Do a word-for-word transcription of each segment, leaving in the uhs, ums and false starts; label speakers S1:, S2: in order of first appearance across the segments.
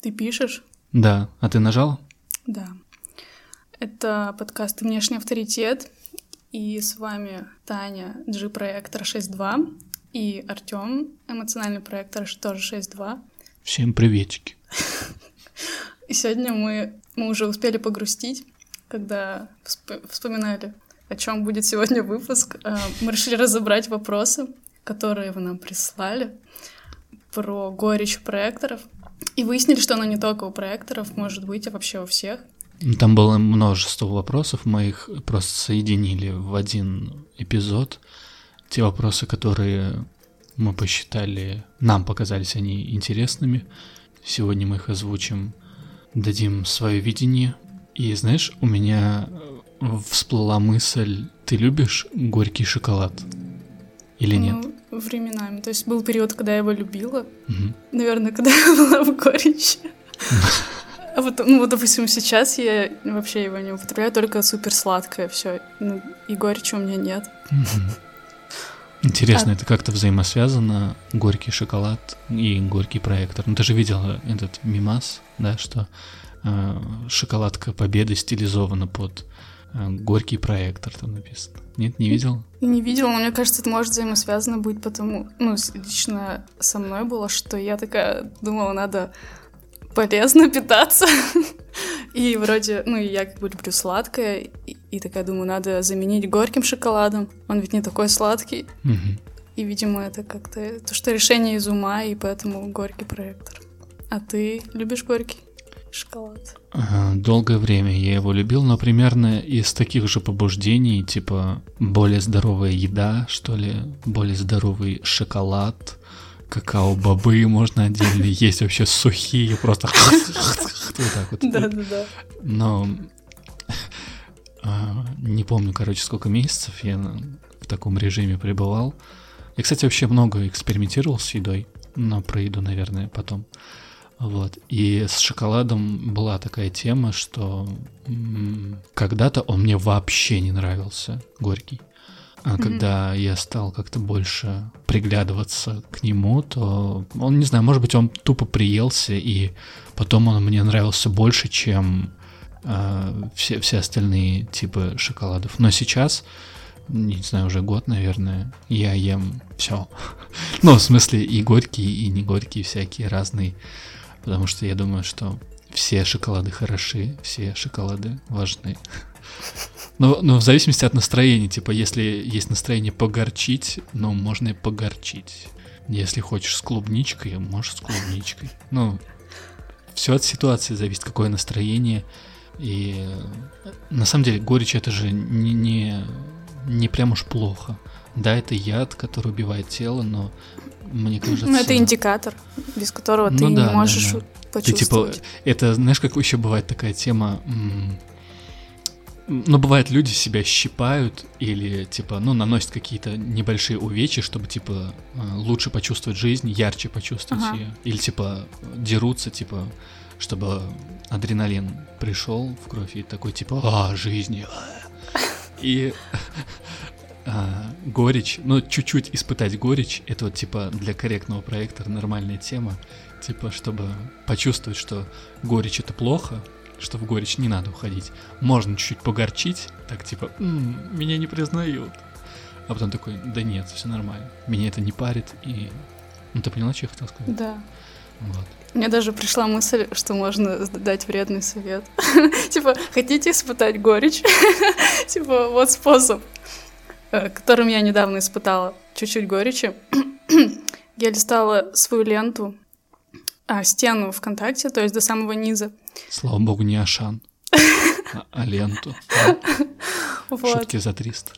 S1: Ты пишешь?
S2: Да. А ты нажала?
S1: Да. Это подкаст «Внешний авторитет». И с вами Таня, G-проектор шесть два, и Артём, эмоциональный проектор, тоже шесть два.
S2: Всем приветики.
S1: И сегодня мы, мы уже успели погрустить, когда всп- вспоминали, о чем будет сегодня выпуск. Мы решили разобрать вопросы, которые вы нам прислали, про горечь проекторов. И выяснили, что оно не только у проекторов, может быть, а вообще у всех.
S2: Там было множество вопросов, мы их просто соединили в один эпизод. Те вопросы, которые мы посчитали, нам показались они интересными. Сегодня мы их озвучим, дадим свое видение. И знаешь, у меня всплыла мысль: ты любишь горький шоколад или нет?
S1: Ну, временами. То есть был период, когда я его любила.
S2: Угу.
S1: Наверное, когда я была в горечи. А вот, ну, вот, допустим, сейчас я вообще его не употребляю, только супер сладкое все. Ну, и горечи у меня нет.
S2: Интересно,
S1: а...
S2: это как-то взаимосвязано, горький шоколад и горький проектор. Ну, ты же видела этот мимас, да, что э, шоколадка Победы стилизована под э, горький проектор, там написано. Нет, не видел?
S1: Не видела, но мне кажется, это может взаимосвязано быть, потому, ну, лично со мной было, что я такая думала, надо полезно питаться. И вроде, ну, я как бы люблю сладкое, и, и такая думаю, надо заменить горьким шоколадом. Он ведь не такой сладкий.
S2: Угу.
S1: И, видимо, это как-то то, что решение из ума, и поэтому горький проектор. А ты любишь горький шоколад?
S2: Долгое время я его любил, но примерно из таких же побуждений, типа более здоровая еда, что ли, более здоровый шоколад, какао-бобы можно отдельно есть, вообще сухие, просто вот так вот.
S1: Да-да-да.
S2: Но не помню, короче, сколько месяцев я в таком режиме пребывал. Я, кстати, вообще много экспериментировал с едой, но про еду, наверное, потом. Вот. И с шоколадом была такая тема, что м- когда-то он мне вообще не нравился, горький. А mm-hmm. когда я стал как-то больше приглядываться к нему, то он, не знаю, может быть, он тупо приелся, и потом он мне нравился больше, чем э, все, все остальные типы шоколадов. Но сейчас, не знаю, уже год, наверное, я ем все. Ну, в смысле, и горькие, и не горькие, всякие разные. Потому что я думаю, что все шоколады хороши, все шоколады важны. Но, но в зависимости от настроения, типа, если есть настроение погорчить, ну, можно и погорчить. Если хочешь с клубничкой, можешь с клубничкой. Ну, все от ситуации зависит, какое настроение. И на самом деле горечь — это же не, не, не прям уж плохо. Да, это яд, который убивает тело, но мне кажется...
S1: Ну, это индикатор, без которого
S2: ну,
S1: ты
S2: да,
S1: не можешь
S2: да, да.
S1: почувствовать.
S2: Ты, типа, это, знаешь, как еще бывает такая тема... М- Ну, бывает, люди себя щипают или, типа, ну, наносят какие-то небольшие увечья, чтобы, типа, лучше почувствовать жизнь, ярче почувствовать
S1: ага.
S2: ее. Или, типа, дерутся, типа, чтобы адреналин пришел в кровь и такой, типа, а, жизнь. И а, горечь, ну, чуть-чуть испытать горечь, это вот, типа, для корректного проектора нормальная тема. Типа, чтобы почувствовать, что горечь — это плохо, что в горечь не надо уходить. Можно чуть-чуть погорчить, так типа, м-м, меня не признают. А потом такой, да нет, все нормально. Меня это не парит, и... Ну, ты поняла, что я хотел сказать?
S1: Да.
S2: Вот.
S1: Мне даже пришла мысль, что можно дать вредный совет. Типа, хотите испытать горечь? Типа, вот способ, которым я недавно испытала чуть-чуть горечи. Я листала свою ленту, а, стену ВКонтакте, то есть до самого низа.
S2: Слава богу, не Ашан, а, а ленту. Вот. Шутки за триста.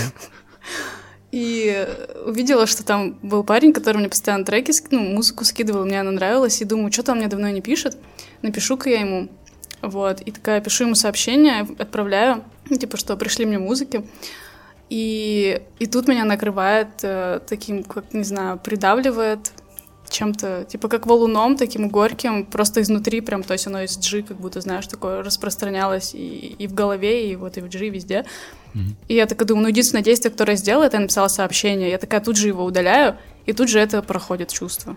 S1: И увидела, что там был парень, который мне постоянно треки, ну, музыку скидывал, мне она нравилась, и думаю, что-то он мне давно не пишет, напишу-ка я ему. Вот, и такая пишу ему сообщение, отправляю, ну, типа, что пришли мне музыки. И, и тут меня накрывает э, таким, как, не знаю, придавливает чем-то, типа как валуном, таким горьким, просто изнутри прям, то есть оно из джи, как будто, знаешь, такое распространялось и, и в голове, и вот и в джи, везде. Mm-hmm. И я такая думаю, ну, единственное действие, которое я сделала, это я написала сообщение. Я такая тут же его удаляю, и тут же это проходит чувство.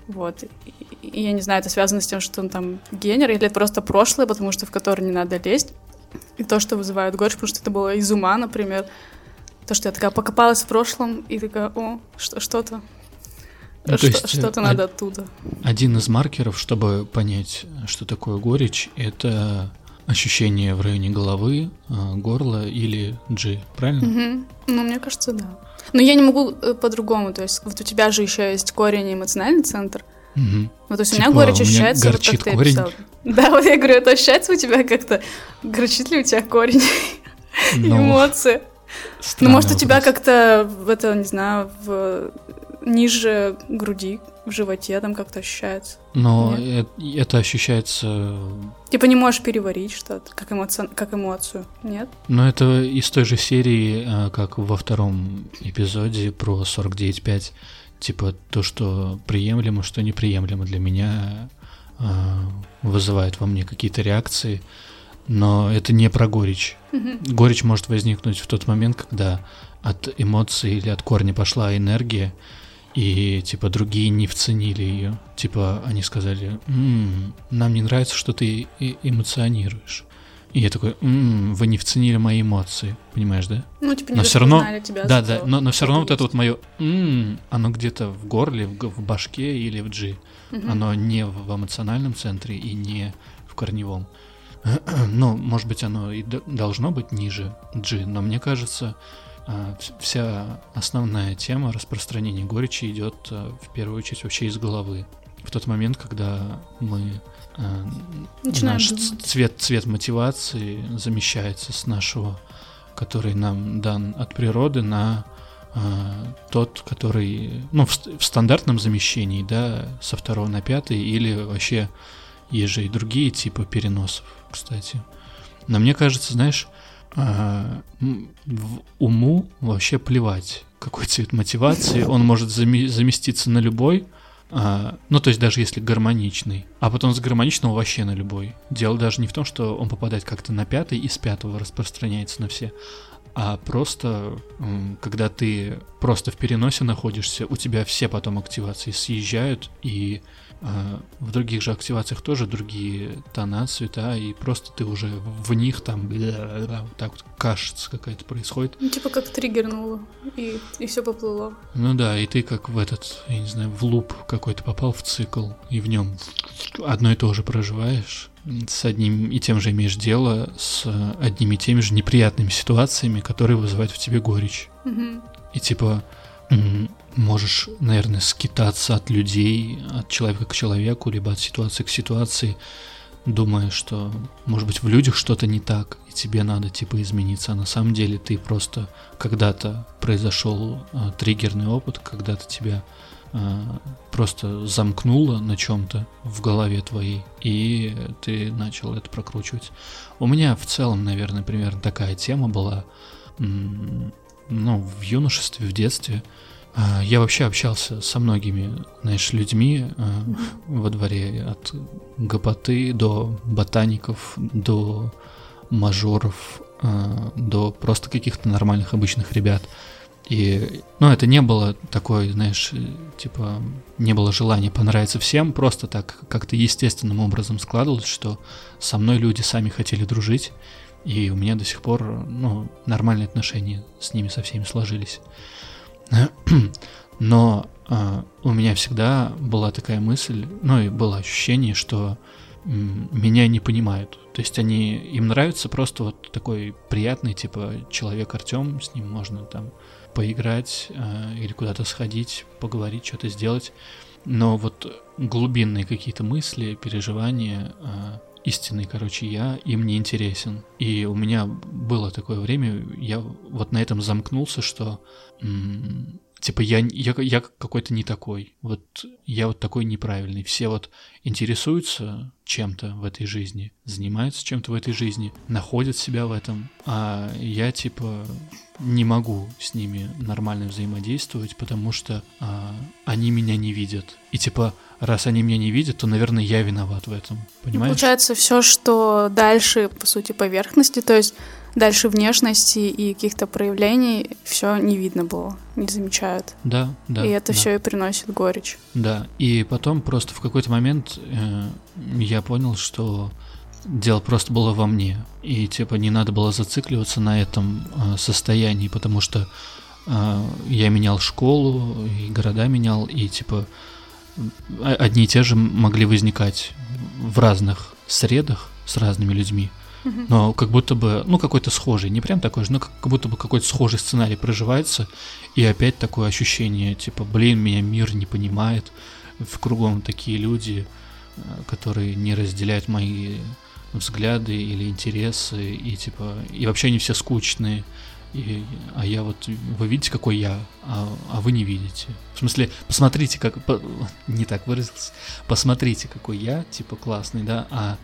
S1: Вот. И, и я не знаю, это связано с тем, что он там генер, или это просто прошлое, потому что в которое не надо лезть. И то, что вызывает горечь, потому что это было из ума, например. То, что я такая покопалась в прошлом и такая, о, что, что-то.
S2: Ну,
S1: что,
S2: есть,
S1: что-то
S2: а,
S1: надо оттуда.
S2: Один из маркеров, чтобы понять, что такое горечь, это ощущение в районе головы, горла или G, правильно?
S1: Угу. Ну, мне кажется, да. Но я не могу по-другому. То есть вот у тебя же еще есть корень и эмоциональный центр.
S2: Угу.
S1: Вот, то есть
S2: типа,
S1: у меня горечь ощущается,
S2: вот как
S1: ты
S2: корень.
S1: описал. Да, вот я говорю, это ощущается у тебя как-то? Горчит ли у тебя корень?
S2: Но...
S1: Эмоции? Ну, может, у тебя как-то, в это, не знаю, в... ниже груди, в животе там как-то ощущается.
S2: Но это, это ощущается...
S1: Типа не можешь переварить что-то, как, эмоци... как эмоцию, нет?
S2: Но это из той же серии, как во втором эпизоде про сорок девять пять. Типа то, что приемлемо, что неприемлемо для меня, вызывает во мне какие-то реакции. Но это не про горечь. Mm-hmm. Горечь может возникнуть в тот момент, когда от эмоций или от корня пошла энергия, и, типа, другие не вценили ее. Типа, они сказали, м-м, нам не нравится, что ты эмоционируешь. И я такой, м-м, вы не вценили мои эмоции, понимаешь, да?
S1: Ну, типа, не
S2: но все равно,
S1: тебя.
S2: Да, да, но, но все равно вот это вот мое м-м, оно где-то в горле, в, в башке или в G. Mm-hmm. Оно не в эмоциональном центре и не в корневом. Ну, может быть, оно и должно быть ниже G, но мне кажется, вся основная тема распространения горечи идет в первую очередь вообще из головы. В тот момент, когда мы
S1: Начинаем
S2: наш
S1: думать.
S2: цвет, цвет мотивации замещается с нашего, который нам дан от природы, на тот, который, ну, в, в стандартном замещении, да, со второго на пятый, или вообще есть же и другие типы переносов, кстати. Но мне кажется, знаешь, в уму вообще плевать, какой цвет мотивации, он может заме- заместиться на любой, ну, то есть даже если гармоничный, а потом с гармоничного вообще на любой. Дело даже не в том, что он попадает как-то на пятый и с пятого распространяется на все, а просто, когда ты просто в переносе находишься, у тебя все потом активации съезжают, и э, в других же активациях тоже другие тона, цвета, и просто ты уже в них там так вот кашица какая-то происходит.
S1: Ну, типа как триггернуло, и, и все поплыло.
S2: Ну да, и ты как в этот, я не знаю, в луп какой-то попал, в цикл, и в нем одно и то же проживаешь. С одним и тем же имеешь дело, с одними и теми же неприятными ситуациями, которые вызывают в тебе горечь.
S1: Mm-hmm.
S2: И типа можешь, наверное, скитаться от людей, от человека к человеку, либо от ситуации к ситуации, думая, что, может быть, в людях что-то не так, и тебе надо, типа, измениться. А на самом деле ты просто когда-то произошел а, триггерный опыт, когда-то тебя а, просто замкнуло на чем-то в голове твоей, и ты начал это прокручивать. У меня в целом, наверное, примерно такая тема была, м- ну, в юношестве, в детстве. А, я вообще общался со многими, знаешь, людьми а, во дворе, от гопоты до ботаников, до мажоров, а, до просто каких-то нормальных обычных ребят. И, ну, это не было такое, знаешь, типа, не было желания понравиться всем, просто так как-то естественным образом складывалось, что со мной люди сами хотели дружить, и у меня до сих пор, ну, нормальные отношения с ними со всеми сложились. Но э, у меня всегда была такая мысль, ну, и было ощущение, что м- меня не понимают. То есть они, им нравится просто вот такой приятный, типа, человек Артём, с ним можно там поиграть э, или куда-то сходить, поговорить, что-то сделать. Но вот глубинные какие-то мысли, переживания, э, истинный, короче, я им не интересен. И у меня было такое время, я вот на этом замкнулся, что м- типа я, я, я какой-то не такой, вот я вот такой неправильный. Все вот интересуются чем-то в этой жизни, занимаются чем-то в этой жизни, находят себя в этом, а я типа не могу с ними нормально взаимодействовать, потому что а, они меня не видят. И типа, раз они меня не видят, то, наверное, я виноват в этом, понимаешь?
S1: Получается, все, что дальше, по сути, поверхности, то есть дальше внешности и каких-то проявлений все не видно было, не замечают.
S2: Да, да.
S1: И это
S2: да.
S1: все и приносит горечь.
S2: Да, и потом просто в какой-то момент э, я понял, что дело просто было во мне. И типа не надо было зацикливаться на этом э, состоянии, потому что э, я менял школу, и города менял, и типа одни и те же могли возникать в разных средах с разными людьми. Но как будто бы, ну, какой-то схожий, не прям такой же, но как будто бы какой-то схожий сценарий проживается, и опять такое ощущение, типа, блин, меня мир не понимает, в кругом такие люди, которые не разделяют мои взгляды или интересы, и типа, и вообще они все скучные, и, а я вот, вы видите, какой я, а, а вы не видите. В смысле, посмотрите, как, по, не так выразился, посмотрите, какой я, типа, классный, да, а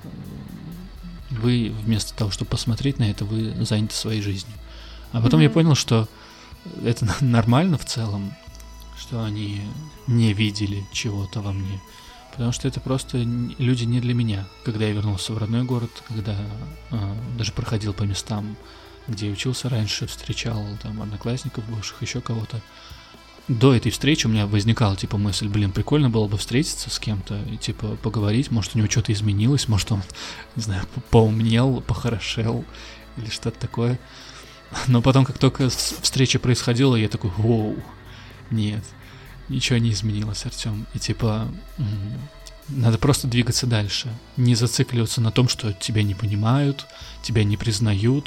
S2: вы вместо того, чтобы посмотреть на это, вы заняты своей жизнью. А потом mm-hmm. я понял, что это нормально в целом, что они не видели чего-то во мне. Потому что это просто люди не для меня. Когда я вернулся в родной город, когда э, даже проходил по местам, где я учился раньше, встречал там одноклассников бывших, еще кого-то. До этой встречи у меня возникала, типа, мысль, блин, прикольно было бы встретиться с кем-то и, типа, поговорить, может, у него что-то изменилось, может, он, не знаю, поумнел, похорошел или что-то такое. Но потом, как только встреча происходила, я такой, воу, нет, ничего не изменилось, Артём. И, типа, надо просто двигаться дальше, не зацикливаться на том, что тебя не понимают, тебя не признают,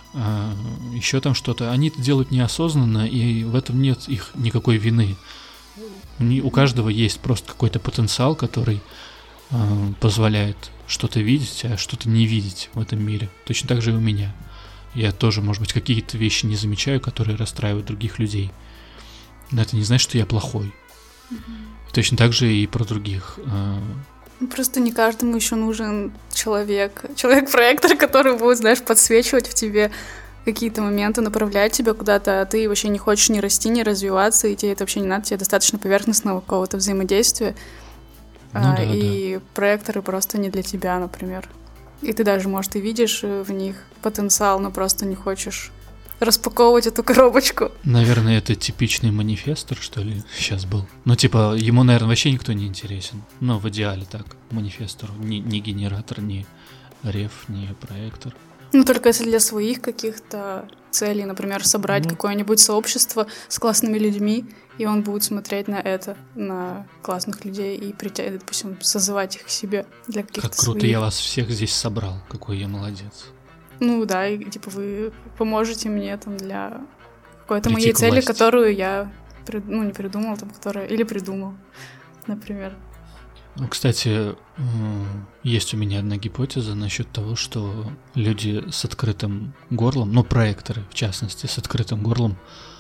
S2: еще там что-то. Они это делают неосознанно, и в этом нет их никакой вины. У каждого есть просто какой-то потенциал, который э, позволяет что-то видеть, а что-то не видеть в этом мире. Точно так же и у меня. Я тоже, может быть, какие-то вещи не замечаю, которые расстраивают других людей. Но это не значит, что я плохой. Mm-hmm. Точно так же и про других. Э,
S1: Просто не каждому еще нужен человек, человек-проектор, который будет, знаешь, подсвечивать в тебе какие-то моменты, направлять тебя куда-то, а ты вообще не хочешь ни расти, ни развиваться, и тебе это вообще не надо, тебе достаточно поверхностного какого-то взаимодействия. Ну, а, да, и да. Проекторы просто не для тебя, например. И ты даже, может, и видишь в них потенциал, но просто не хочешь распаковывать эту коробочку.
S2: Наверное, это типичный манифестор, что ли, сейчас был. Ну, типа, ему, наверное, вообще никто не интересен. Ну, в идеале так, манифестору. Ни, ни генератор, ни реф, ни проектор.
S1: Ну, только если для своих каких-то целей, например, собрать ну. какое-нибудь сообщество с классными людьми, и он будет смотреть на это, на классных людей, и, притя... допустим, созывать их к себе для каких-то
S2: Как круто,
S1: своих.
S2: Я вас всех здесь собрал, какой я молодец.
S1: Ну да, и типа вы поможете мне там для какой-то Прийти моей цели, власти. Которую я прид... ну, не придумал, там, которая... или придумал, например.
S2: Ну, кстати, есть у меня одна гипотеза насчет того, что люди с открытым горлом, ну, проекторы, в частности, с открытым горлом,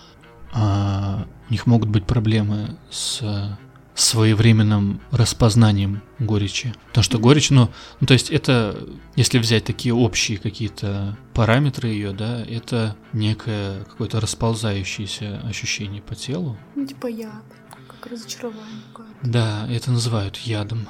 S2: а, у них могут быть проблемы с своевременным распознанием горечи. Потому что горечь, ну, ну, то есть это, если взять такие общие какие-то параметры ее, да, это некое какое-то расползающееся ощущение по телу.
S1: Ну, типа яд, как разочарование какое-то.
S2: Да, это называют ядом.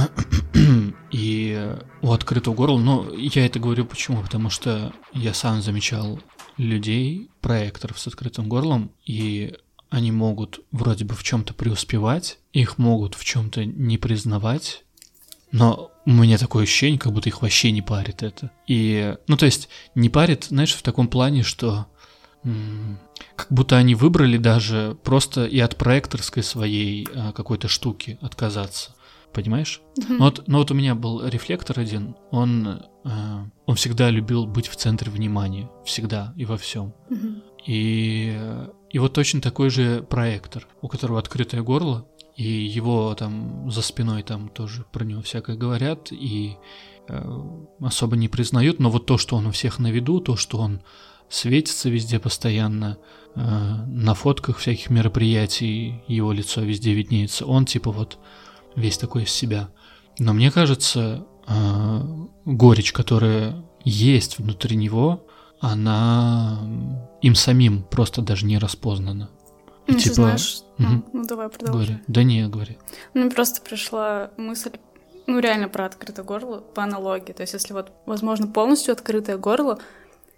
S2: И у открытого горла, ну, я это говорю почему? Потому что я сам замечал людей, проекторов с открытым горлом, и они могут вроде бы в чем-то преуспевать, их могут в чем-то не признавать, но у меня такое ощущение, как будто их вообще не парит это. И, ну, то есть, не парит, знаешь, в таком плане, что м- как будто они выбрали даже просто и от проекторской своей а, какой-то штуки отказаться. Понимаешь? Mm-hmm. Ну, вот, ну вот у меня был рефлектор один, он, э, он всегда любил быть в центре внимания, всегда и во всем. Mm-hmm. И, и вот точно такой же проектор, у которого открытое горло, и его там за спиной там тоже про него всякое говорят, и э, особо не признают, но вот то, что он у всех на виду, то, что он светится везде постоянно, э, на фотках всяких мероприятий его лицо везде виднеется, он типа вот весь такой из себя. Но мне кажется, э, горечь, которая есть внутри него, она им самим просто даже не распознана.
S1: И ну, типа... ты знаешь... Угу. А, ну, давай продолжай.
S2: Говори. Да не, говори.
S1: Ну, мне просто пришла мысль, ну, реально про открытое горло по аналогии. То есть, если вот, возможно, полностью открытое горло,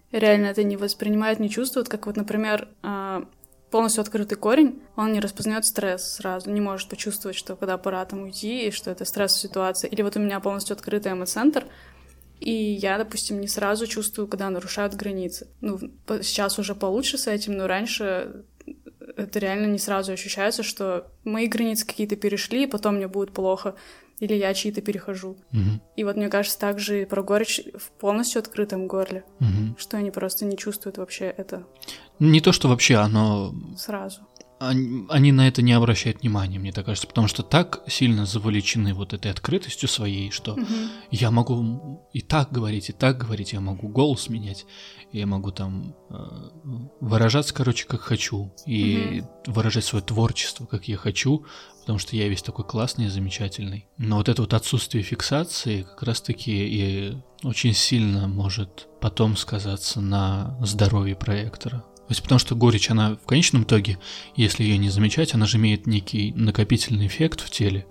S1: реально это не воспринимает, не чувствует, как вот, например, полностью открытый корень, он не распознает стресс сразу, не может почувствовать, что когда пора там уйти, и что это стрессовая ситуация. Или вот у меня полностью открытый эмо-центр, и я, допустим, не сразу чувствую, когда нарушают границы. Ну, сейчас уже получше с этим, но раньше это реально не сразу ощущается, что мои границы какие-то перешли, и потом мне будет плохо, или я чьи-то перехожу.
S2: Угу.
S1: И вот мне кажется, так же и про горечь в полностью открытом горле,
S2: угу.
S1: что они просто не чувствуют вообще это.
S2: Не то, что вообще оно...
S1: Сразу.
S2: Они, они на это не обращают внимания, мне так кажется, потому что так сильно завлечены вот этой открытостью своей, что
S1: угу.
S2: я могу и так говорить, и так говорить, я могу голос менять, я могу там э, выражаться, короче, как хочу, и угу. выражать свое творчество, как я хочу, потому что я весь такой классный и замечательный. Но вот это вот отсутствие фиксации как раз-таки и очень сильно может потом сказаться на здоровье проектора. То есть потому что горечь, она в конечном итоге, если ее не замечать, она же имеет некий накопительный эффект в теле.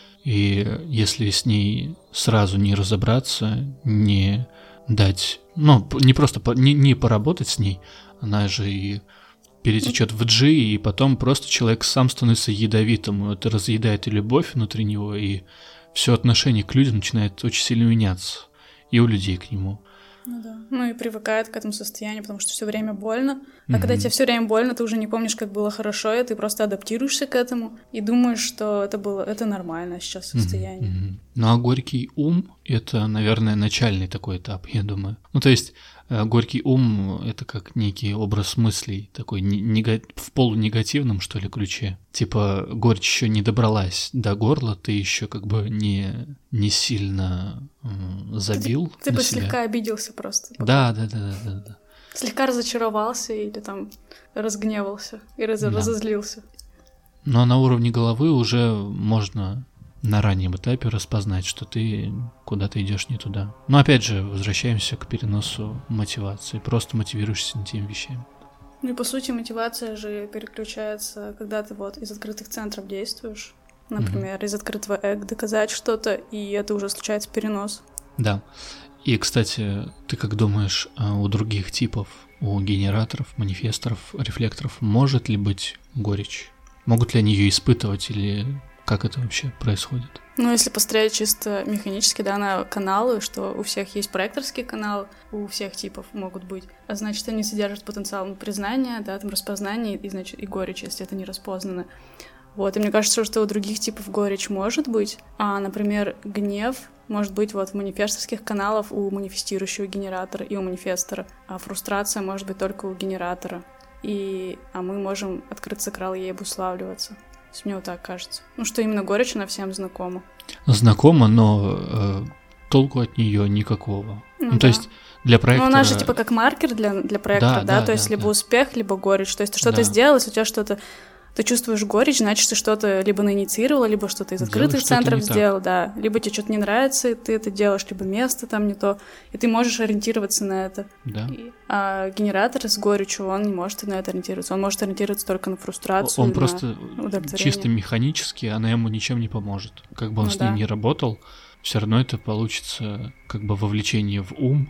S2: И если с ней сразу не разобраться, не дать, ну, не просто не, не поработать с ней, она же и перетечет в джи, и потом просто человек сам становится ядовитым. Это разъедает и любовь внутри него, и все отношение к людям начинает очень сильно меняться. И у людей к нему.
S1: Ну да. Ну и привыкает к этому состоянию, потому что все время больно. А mm-hmm. когда тебе все время больно, ты уже не помнишь, как было хорошо, и ты просто адаптируешься к этому и думаешь, что это было, это нормальное сейчас состояние.
S2: Mm-hmm. Ну а горький ум — это, наверное, начальный такой этап, я думаю. Ну то есть горький ум — это как некий образ мыслей, такой нега... в полунегативном, что ли, ключе. Типа горечь еще не добралась до горла, ты еще как бы не, не сильно м, забил
S1: Ты, ты
S2: на
S1: бы
S2: себя.
S1: Слегка обиделся просто.
S2: Да, да, да, да, да, да.
S1: Слегка разочаровался или там разгневался и раз... да. разозлился.
S2: Но на уровне головы уже можно на раннем этапе распознать, что ты куда-то идешь не туда. Но опять же, возвращаемся к переносу мотивации. Просто мотивируешься на тем вещам.
S1: Ну и по сути мотивация же переключается, когда ты вот из открытых центров действуешь, например, mm-hmm. из открытого эго доказать что-то, и это уже случается перенос.
S2: Да. И, кстати, ты как думаешь, у других типов, у генераторов, манифесторов, рефлекторов, может ли быть горечь? Могут ли они ее испытывать или как это вообще происходит?
S1: Ну, если посмотреть чисто механически, да, на каналы, что у всех есть проекторский канал, у всех типов могут быть, а значит, они содержат потенциал признания, да, там распознания и, значит, и горечь, если это не распознано. Вот, и мне кажется, что у других типов горечь может быть, а, например, гнев может быть вот в манифесторских каналах у манифестирующего генератора и у манифестора, а фрустрация может быть только у генератора, и, а мы можем открыть сакрал ей обуславливаться. Мне вот так кажется. Ну, что именно горечь, она всем знакома.
S2: Знакома, но э, толку от нее никакого. Ну, ну
S1: да.
S2: То есть для проектора...
S1: Ну, она же типа как маркер для, для проектора, да,
S2: да,
S1: да? То
S2: да,
S1: есть
S2: да,
S1: либо
S2: да.
S1: успех, либо горечь. То есть ты что-то
S2: да.
S1: сделал, если у тебя что-то... Ты чувствуешь горечь, значит, ты что-то либо наинициировала, либо что-то из открытых
S2: Делаешь
S1: центров
S2: что-то
S1: сделал, да. Либо тебе что-то не нравится, и ты это делаешь, либо место там не то, и ты можешь ориентироваться на это.
S2: Да.
S1: И, а генератор с горечью, он не может на это ориентироваться. Он может ориентироваться только на фрустрацию,
S2: Он
S1: на
S2: просто
S1: удовлетворение.
S2: Чисто механически, она ему ничем не поможет. Как бы он
S1: ну,
S2: с
S1: да.
S2: ним не работал, все равно это получится как бы вовлечение в ум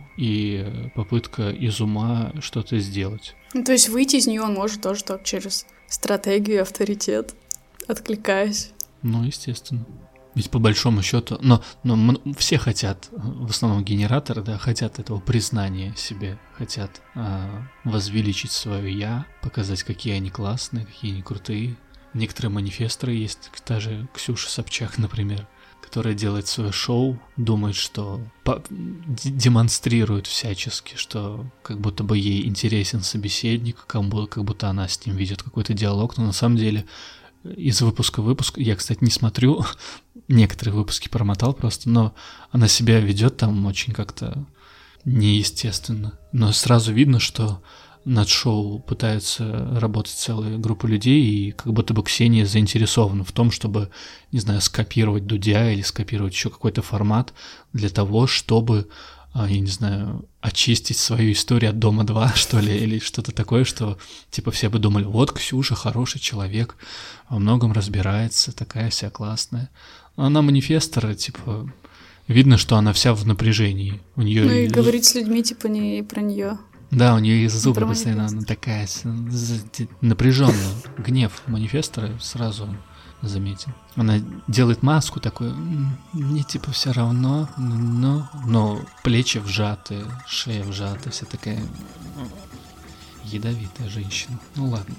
S2: и попытка из ума что-то сделать.
S1: Ну, то есть выйти из нее он может тоже только через стратегию, авторитет, откликаясь.
S2: Ну, естественно. Ведь по большому счету, но, но все хотят, в основном генераторы, да, хотят этого признания себе, хотят а, возвеличить свое я, показать, какие они классные, какие они крутые. Некоторые манифесторы есть, та же Ксюша Собчак, например, которая делает свое шоу, думает, что по- демонстрирует всячески, что как будто бы ей интересен собеседник, как будто, как будто она с ним ведет какой-то диалог, но на самом деле из выпуска в выпуск, я, кстати, не смотрю, некоторые выпуски промотал просто, но она себя ведет там очень как-то неестественно. Но сразу видно, что над шоу пытаются работать целая группа людей, и как будто бы Ксения заинтересована в том, чтобы, не знаю, скопировать Дудя или скопировать еще какой-то формат для того, чтобы, я не знаю, очистить свою историю от Дома-два, что ли, или что-то такое, что, типа, все бы думали, вот Ксюша хороший человек, во многом разбирается, такая вся классная. Она манифестор, типа, видно, что она вся в напряжении. У нее
S1: ну и говорить с людьми, типа, не про нее.
S2: Да, у нее из зубы постоянно она такая напряженная. Гнев манифестора сразу заметил. Она делает маску такую, мне типа все равно, но, но плечи вжаты, шея вжата, вся такая ядовитая женщина. Ну ладно.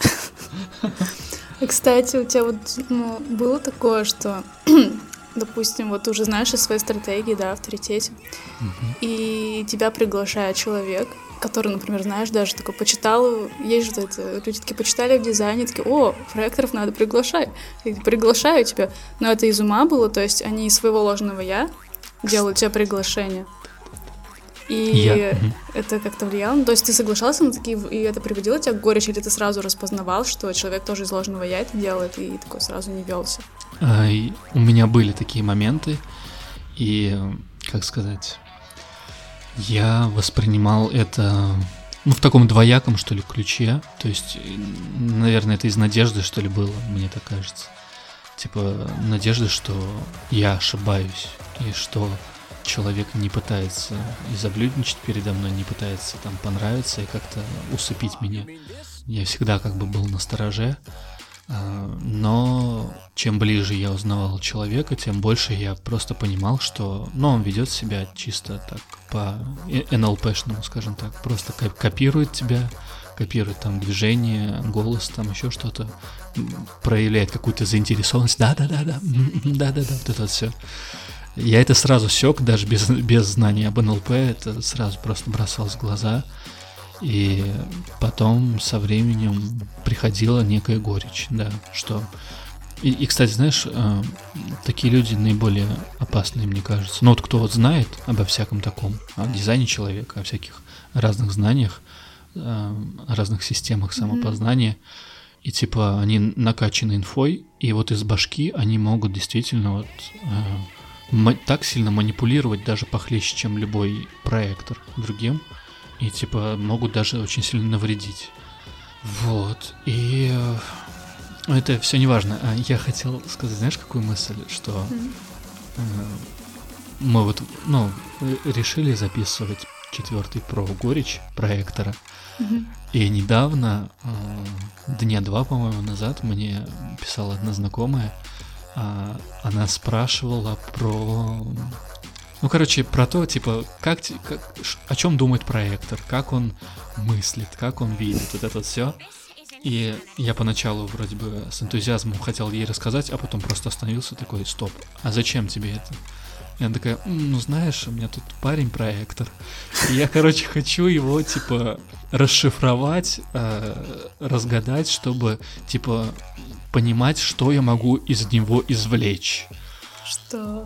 S1: Кстати, у тебя вот ну, было такое, что, допустим, вот ты уже знаешь о своей стратегии, да, авторитете, uh-huh. и тебя приглашает человек, который, например, знаешь, даже такой почитал, есть же это, люди такие почитали в дизайне, такие, о, проекторов надо приглашать, я приглашаю тебя, но это из ума было, то есть они из своего ложного «я» делают тебе приглашение. И я. это как-то влияло? Ну, то есть ты соглашался на такие, и это приводило тебя к горечи, или ты сразу распознавал, что человек тоже из ложного «я» это делает, и такой сразу не велся?
S2: А, у меня были такие моменты, и, как сказать, я воспринимал это, ну, в таком двояком, что ли, ключе, то есть, наверное, это из надежды, что ли, было, мне так кажется. Типа, надежды, что я ошибаюсь, и что человек не пытается изоблюдничать передо мной, не пытается там понравиться и как-то усыпить меня. Я всегда как бы был настороже, но чем ближе я узнавал человека, тем больше я просто понимал, что, ну, он ведет себя чисто так по эн эл пэ-шному, скажем так, просто копирует тебя, копирует там движение, голос, там еще что-то, проявляет какую-то заинтересованность, да-да-да-да, да-да-да, вот это вот все. Я это сразу сёк, даже без, без знания об эн эл пэ, это сразу просто бросалось в глаза. И потом со временем приходила некая горечь, да, что... И, и кстати, знаешь, э, такие люди наиболее опасные, мне кажется. Ну вот кто вот знает обо всяком таком, о дизайне человека, о всяких разных знаниях, э, о разных системах самопознания, mm-hmm. и типа они накачаны инфой, и вот из башки они могут действительно вот... Э, так сильно манипулировать, даже похлеще, чем любой проектор другим, и типа могут даже очень сильно навредить. Вот. И э, это все не важно. А я хотел сказать, знаешь, какую мысль, что mm-hmm. э, мы вот, ну, решили записывать четвертый про горечь проектора. Mm-hmm. И недавно, э, дня два, по-моему, назад мне писала одна знакомая. А, она спрашивала про... Ну, короче, про то, типа, как, как, о чем думает проектор, как он мыслит, как он видит, вот это все. И я поначалу вроде бы с энтузиазмом хотел ей рассказать, а потом просто остановился такой, стоп, а зачем тебе это? И она такая, ну, знаешь, у меня тут парень-проектор, и я, короче, хочу его, типа, расшифровать, э, разгадать, чтобы, типа, понимать, что я могу из него извлечь.
S1: Что?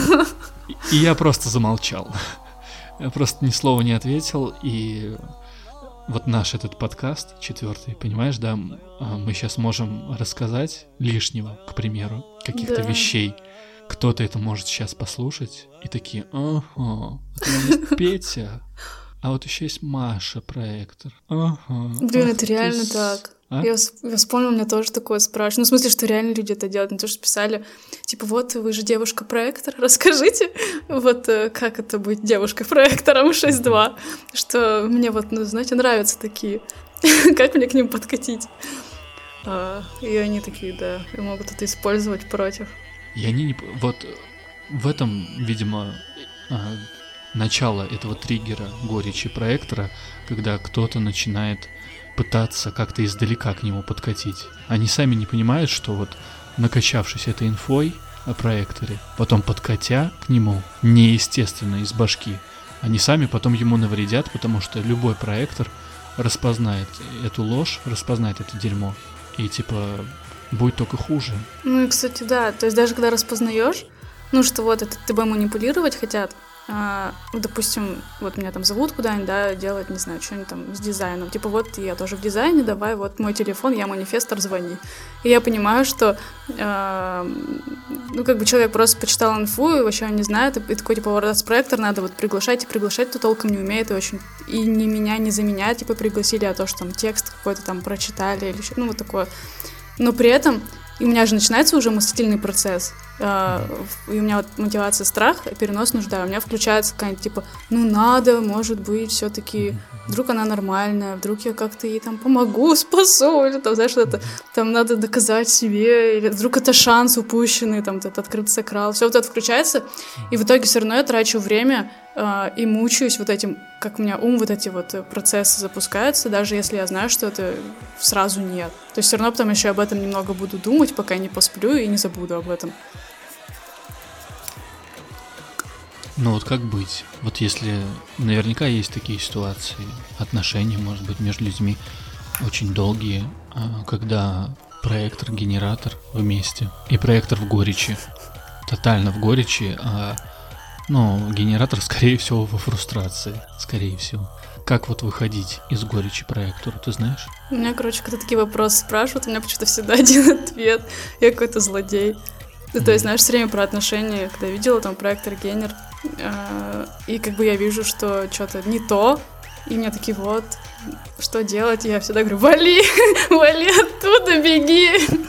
S2: И я просто замолчал. Я просто ни слова не ответил, и вот наш этот подкаст, четвертый, понимаешь, да, мы сейчас можем рассказать лишнего, к примеру, каких-то да. вещей. Кто-то это может сейчас послушать, и такие, ага, вот у меня есть Петя, а вот еще есть Маша, проектор. Ага.
S1: Блин, это реально так. А? Я, я вспомнила, меня тоже такое спрашивают. Ну, в смысле, что реально люди это делают. Не то, что писали, типа, вот, вы же девушка-проектор, расскажите, вот, как это быть девушкой-проектором шесть два, что мне вот, ну, знаете, нравятся такие, как мне к ним подкатить. А, и они такие, да, и могут это использовать против.
S2: И они не... Вот в этом, видимо, начало этого триггера горечи проектора, когда кто-то начинает пытаться как-то издалека к нему подкатить. Они сами не понимают, что вот накачавшись этой инфой о проекторе, потом подкатя к нему неестественно из башки, они сами потом ему навредят, потому что любой проектор распознает эту ложь, распознает это дерьмо, и типа будет только хуже.
S1: Ну и, кстати, да, то есть даже когда распознаешь, ну что вот это тобой манипулировать хотят, а, допустим, вот меня там зовут куда-нибудь, да, делать, не знаю, что-нибудь там с дизайном. Типа вот я тоже в дизайне, давай, вот мой телефон, я манифестор, звони. И я понимаю, что, а, ну, как бы человек просто почитал инфу, и вообще он не знает, и такой, типа, раз проектор надо вот приглашать, и приглашать, то толком не умеет, и очень, и не меня, не за меня, типа, пригласили, а то, что там текст какой-то там прочитали, или еще, ну, вот такое. Но при этом, и у меня же начинается уже мыслительный процесс. Uh, и у меня вот мотивация страх, перенос нужда. У меня включается какая-нибудь типа, ну надо, может быть, все-таки вдруг она нормальная, вдруг я как-то ей там помогу, спасу, или там, знаешь, это там надо доказать себе, или вдруг это шанс упущенный, там этот открытый сакрал. Все вот это включается, и в итоге все равно я трачу время uh, и мучаюсь вот этим, как у меня ум вот эти вот процессы запускаются, даже если я знаю, что это сразу нет. То есть все равно потом еще об этом немного буду думать, пока не посплю и не забуду об этом.
S2: Ну вот как быть? Вот если наверняка есть такие ситуации, отношения, может быть, между людьми очень долгие, когда проектор, генератор вместе, и проектор в горечи, тотально в горечи, а ну, генератор, скорее всего, во фрустрации, скорее всего. Как вот выходить из горечи проектору, ты знаешь?
S1: У меня, короче, когда такие вопросы спрашивают, у меня почему-то всегда один ответ. Я какой-то злодей. Ну, то есть, знаешь, все время про отношения, когда видела там проектор, генер, э, и как бы я вижу, что что-то не то, и мне такие, вот, что делать? И я всегда говорю, вали, вали оттуда, беги.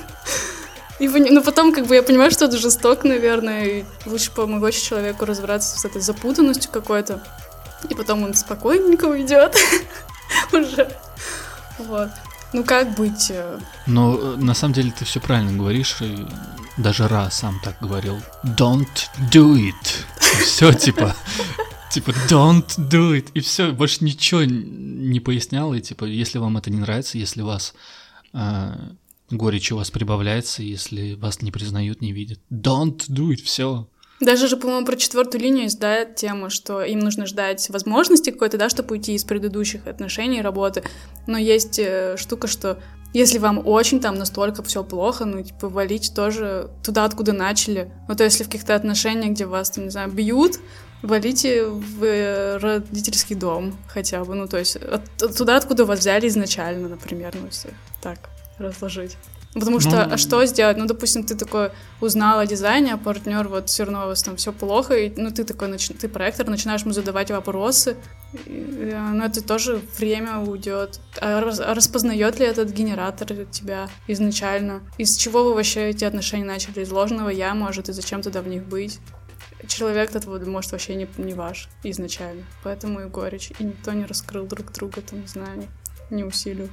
S1: И, ну, потом как бы я понимаю, что это жестоко, наверное, и лучше помогать человеку разобраться с этой запутанностью какой-то, и потом он спокойненько уйдет уже. Вот. Ну, как быть?
S2: Ну, на самом деле ты все правильно говоришь, и даже Ра сам так говорил. Don't do it. Все типа, типа don't do it. И все, больше ничего не пояснял. И типа, если вам это не нравится, если вас э, горечь у вас прибавляется, если вас не признают, не видят, don't do it, все.
S1: Даже же, по-моему, про четвертую линию есть, да, тема, что им нужно ждать возможности какой-то, да, чтобы уйти из предыдущих отношений, работы. Но есть э, штука, что если вам очень там настолько все плохо, ну, типа, валить тоже туда, откуда начали. Ну, то есть, если в каких-то отношениях, где вас, там, не знаю, бьют, валите в родительский дом хотя бы. Ну, то есть, от, туда, откуда вас взяли изначально, например, ну, если так разложить. Потому что, ну, а что сделать? Ну, допустим, ты такой узнал о дизайне, а партнер вот все равно у вас там все плохо, и, ну, ты такой, нач... ты проектор, начинаешь ему задавать вопросы, и, ну, это тоже время уйдет. А, раз... а распознает ли этот генератор тебя изначально? Из чего вы вообще эти отношения начали? Из ложного я, может, и зачем тогда в них быть? Человек этот, вот, может, вообще не, не ваш изначально. Поэтому и горечь. И никто не раскрыл друг друга, там, не знаю, не, не усилил.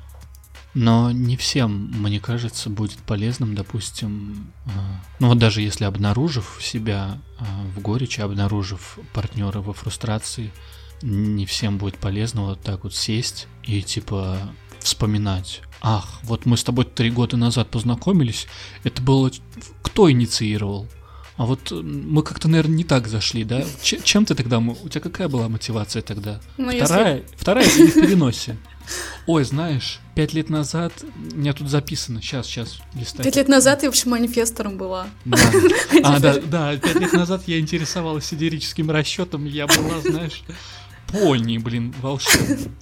S2: Но не всем, мне кажется, будет полезным, допустим, э, ну вот даже если обнаружив себя э, в горечи, обнаружив партнера во фрустрации, не всем будет полезно вот так вот сесть и типа вспоминать. Ах, вот мы с тобой три года назад познакомились, это было... Кто инициировал? А вот мы как-то, наверное, не так зашли, да? Ч- чем ты тогда... У тебя какая была мотивация тогда?
S1: Ну,
S2: Вторая?
S1: Если...
S2: Вторая или в переносе? Ой, знаешь, пять лет назад, у меня тут записано, сейчас, сейчас листать.
S1: Пять лет назад я вообще манифестором была.
S2: Да. А, да, да, пять лет назад я интересовалась сидерическим расчетом, я была, знаешь, пони, блин, волшебной.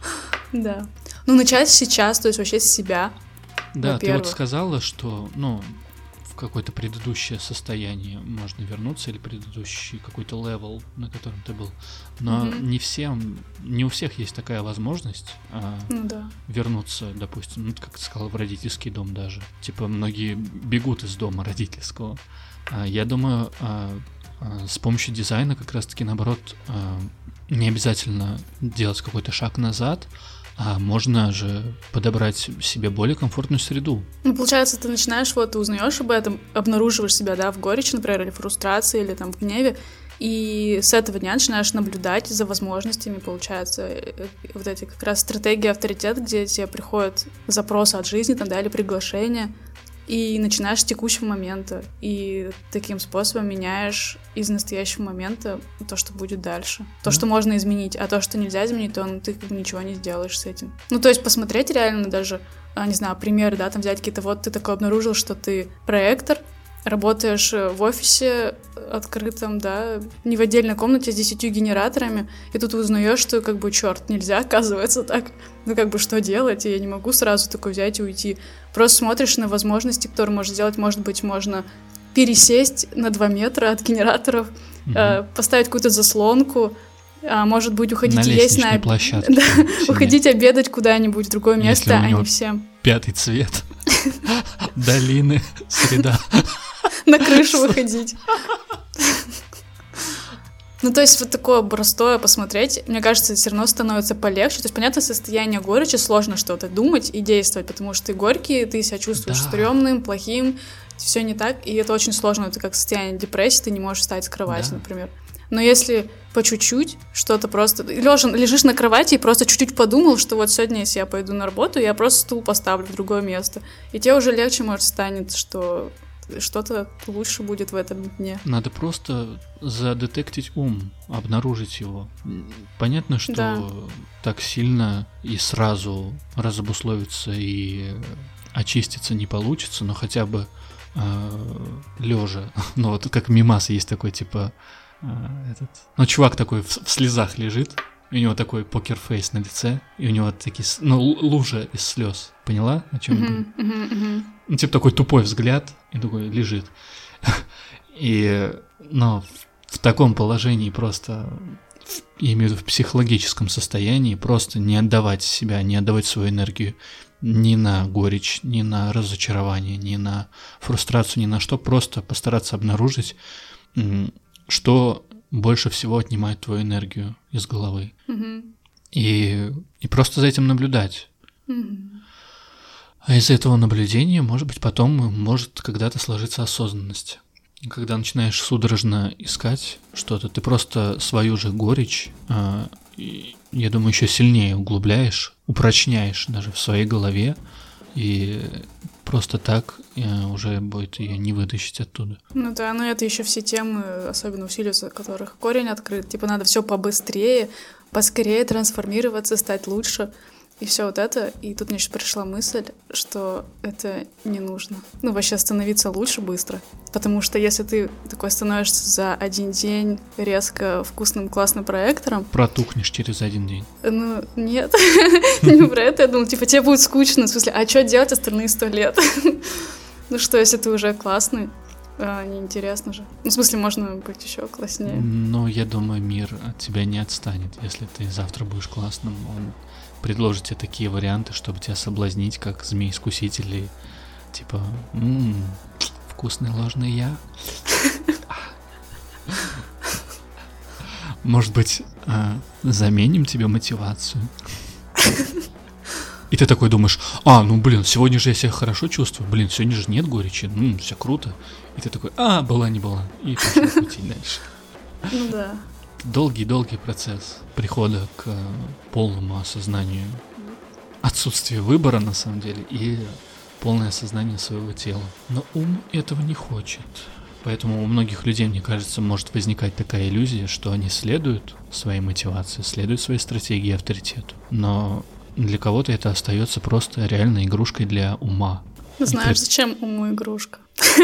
S1: Да. Ну, начать сейчас, то есть вообще с себя.
S2: Да, ты вот сказала, что, ну, в какое-то предыдущее состояние можно вернуться, или предыдущий какой-то левел, на котором ты был. Но mm-hmm. не всем, не у всех есть такая возможность а,
S1: ну, да.
S2: вернуться, допустим, ну, как ты сказала, в родительский дом даже. Типа многие бегут из дома родительского. А, я думаю, а, а, с помощью дизайна как раз-таки наоборот а, не обязательно делать какой-то шаг назад, а можно же подобрать себе более комфортную среду.
S1: Ну, получается, ты начинаешь, вот, ты узнаешь об этом, обнаруживаешь себя, да, в горечи, например, или фрустрации, или там в гневе, и с этого дня начинаешь наблюдать за возможностями, получается, вот эти как раз стратегии авторитет, где тебе приходят запросы от жизни, там, да, или приглашения, и начинаешь с текущего момента, и таким способом меняешь из настоящего момента то, что будет дальше. То, mm-hmm. что можно изменить, а то, что нельзя изменить, то ну, ты ничего не сделаешь с этим. Ну, то есть посмотреть реально даже, не знаю, примеры, да, там взять какие-то, вот ты такой обнаружил, что ты проектор, работаешь в офисе открытом, да, не в отдельной комнате с десятью генераторами, и тут узнаешь, что как бы, черт, нельзя, оказывается, так. Ну, как бы, что делать? И я не могу сразу такой взять и уйти. Просто смотришь на возможности, которые можешь сделать. Может быть, можно пересесть на два метра от генераторов, угу. э, поставить какую-то заслонку, а может быть, уходить
S2: на
S1: есть
S2: на... площадке.
S1: Да, уходить обедать куда-нибудь в другое место, а не всем.
S2: Пятый цвет. Долины, среда.
S1: на крышу выходить. Ну, то есть вот такое простое посмотреть, мне кажется, все равно становится полегче. То есть, понятно, состояние горечи, сложно что-то думать и действовать, потому что ты горький, ты себя чувствуешь да. стрёмным, плохим, все не так, и это очень сложно. Это как состояние депрессии, ты не можешь встать с кровати, да. например. Но если по чуть-чуть что-то просто... Лежа, лежишь на кровати и просто чуть-чуть подумал, что вот сегодня, если я пойду на работу, я просто стул поставлю в другое место. И тебе уже легче, может, станет, что... что-то лучше будет в этом дне.
S2: Надо просто задетектить ум, обнаружить его. Понятно, что да. так сильно и сразу разобусловиться и очиститься не получится, но хотя бы э, лежа. Ну вот как мимас есть такой, типа э, этот... Ну чувак такой в, в слезах лежит, у него такой покерфейс на лице, и у него такие, ну, лужа из слез. Поняла, о чем я говорю?
S1: Uh-huh, uh-huh.
S2: Ну, типа такой тупой взгляд, и такой лежит. И, ну, в, в таком положении просто, в, я имею в виду в психологическом состоянии, просто не отдавать себя, не отдавать свою энергию ни на горечь, ни на разочарование, ни на фрустрацию, ни на что, просто постараться обнаружить, что больше всего отнимает твою энергию из головы.
S1: Mm-hmm.
S2: И, и просто за этим наблюдать.
S1: Mm-hmm.
S2: А из этого наблюдения, может быть, потом может когда-то сложиться осознанность. Когда начинаешь судорожно искать что-то, ты просто свою же горечь, э, я думаю, еще сильнее углубляешь, упрочняешь даже в своей голове, и просто так э, уже будет ее не вытащить оттуда.
S1: Ну да, но это еще все темы, особенно усиливаются, у которых корень открыт. Типа надо все побыстрее, поскорее трансформироваться, стать лучше. И все вот это. И тут мне еще пришла мысль, что это не нужно. Ну, вообще становиться лучше быстро. Потому что если ты такой становишься за один день резко вкусным, классным проектором...
S2: Протухнешь через один день.
S1: Ну, нет. Не про это. Я думала, типа, тебе будет скучно. В смысле, а что делать остальные сто лет? Ну что, если ты уже классный? Неинтересно же. Ну, в смысле, можно быть еще класснее.
S2: Ну, я думаю, мир от тебя не отстанет. Если ты завтра будешь классным, он предложит тебе такие варианты, чтобы тебя соблазнить, как змей-искуситель. Типа, м-м, вкусный ложный я. Может быть, заменим тебе мотивацию? И ты такой думаешь, а, ну блин, сегодня же я себя хорошо чувствую, блин, сегодня же нет горечи, ну, все круто. И ты такой, а, была не была, и пошел пути дальше.
S1: Ну да.
S2: Долгий-долгий процесс прихода к полному осознанию отсутствия выбора, на самом деле, и полное осознание своего тела. Но ум этого не хочет. Поэтому у многих людей, мне кажется, может возникать такая иллюзия, что они следуют своей мотивации, следуют своей стратегии и авторитету. Но для кого-то это остается просто реально игрушкой для ума.
S1: Знаешь, это... зачем уму игрушка?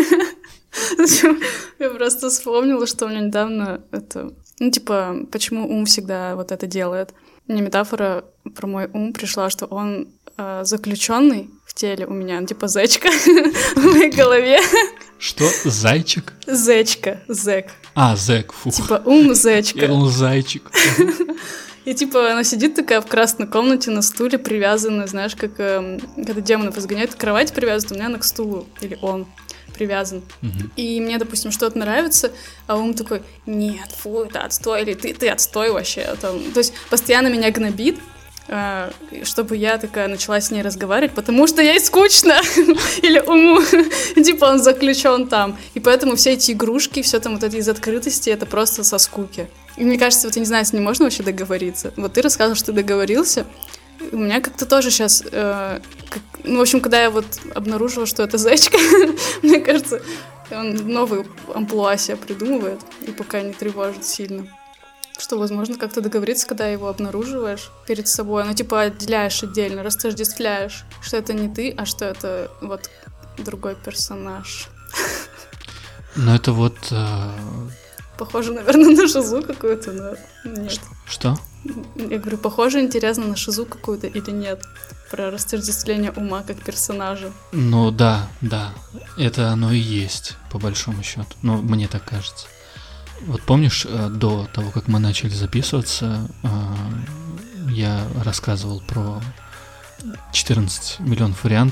S1: Я просто вспомнила, что у меня недавно это... Ну, типа, почему ум всегда вот это делает. Мне метафора про мой ум пришла, что он э, заключенный в теле у меня, ну, типа зечка в моей голове.
S2: Что? Зайчик?
S1: Зечка, зэк.
S2: А, зэк, фух.
S1: Типа ум зечка.
S2: Я думал, зайчик.
S1: И типа она сидит такая в красной комнате на стуле привязанная, знаешь, как э, когда демонов изгоняют, к кровати привязывают, у меня она к стулу, или он привязан. Uh-huh. И мне, допустим, что-то нравится, а ум такой, нет, фу, это отстой, или ты, ты отстой вообще. Там. То есть постоянно меня гнобит, э, чтобы я такая начала с ней разговаривать, потому что ей скучно, или уму, типа он заключен там. И поэтому все эти игрушки, все там вот эти из открытости, это просто со скуки. И мне кажется, вот я не знаю, с ним можно вообще договориться. Вот ты рассказывал, что ты договорился. У меня как-то тоже сейчас... Э, как, ну, в общем, когда я вот обнаружила, что это зайчка, мне кажется, он новый амплуа себя придумывает и пока не тревожит сильно. Что, возможно, как-то договориться, когда его обнаруживаешь перед собой. Ну, типа, отделяешь отдельно, растождествляешь, что это не ты, а что это вот другой персонаж.
S2: Ну, это вот... Э...
S1: Похоже, наверное, на шизу какую-то, но нет.
S2: Что?
S1: Я говорю, похоже, интересно на шизу какую-то или нет? Про растождествление ума как персонажа.
S2: Ну да, да. Это оно и есть, по большому счету. Ну, мне так кажется. Вот помнишь, до того, как мы начали записываться, я рассказывал про четырнадцать миллионов вариантов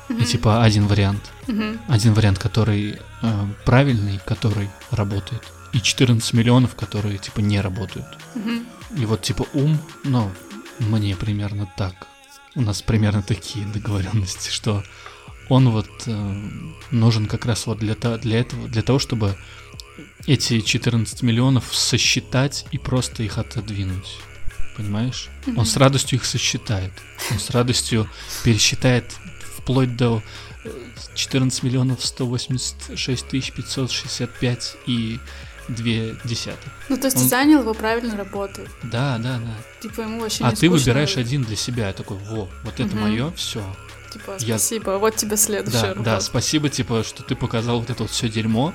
S2: Mm-hmm. И типа один вариант. Mm-hmm. Один вариант, который э, правильный, который работает. И четырнадцать миллионов, которые типа не работают. Mm-hmm. И вот типа ум, ну, мне примерно так. У нас примерно такие договоренности, что он вот э, нужен как раз вот для, то, для этого, для того, чтобы эти четырнадцать миллионов сосчитать и просто их отодвинуть. Понимаешь? Mm-hmm. Он с радостью их сосчитает. Он с радостью пересчитает вплоть до четырнадцать миллионов сто восемьдесят шесть тысяч пятьсот шестьдесят пять и две десятых.
S1: Ну, то есть
S2: он...
S1: ты занял его правильно работает.
S2: Да, да, да.
S1: Типа ему вообще
S2: а
S1: не
S2: ты
S1: скучно.
S2: Выбираешь один для себя. Я такой, во, вот это mm-hmm. мое, все.
S1: Типа, спасибо, я... вот тебе следующая
S2: да,
S1: работа.
S2: Да, спасибо, типа, что ты показал вот это вот все дерьмо,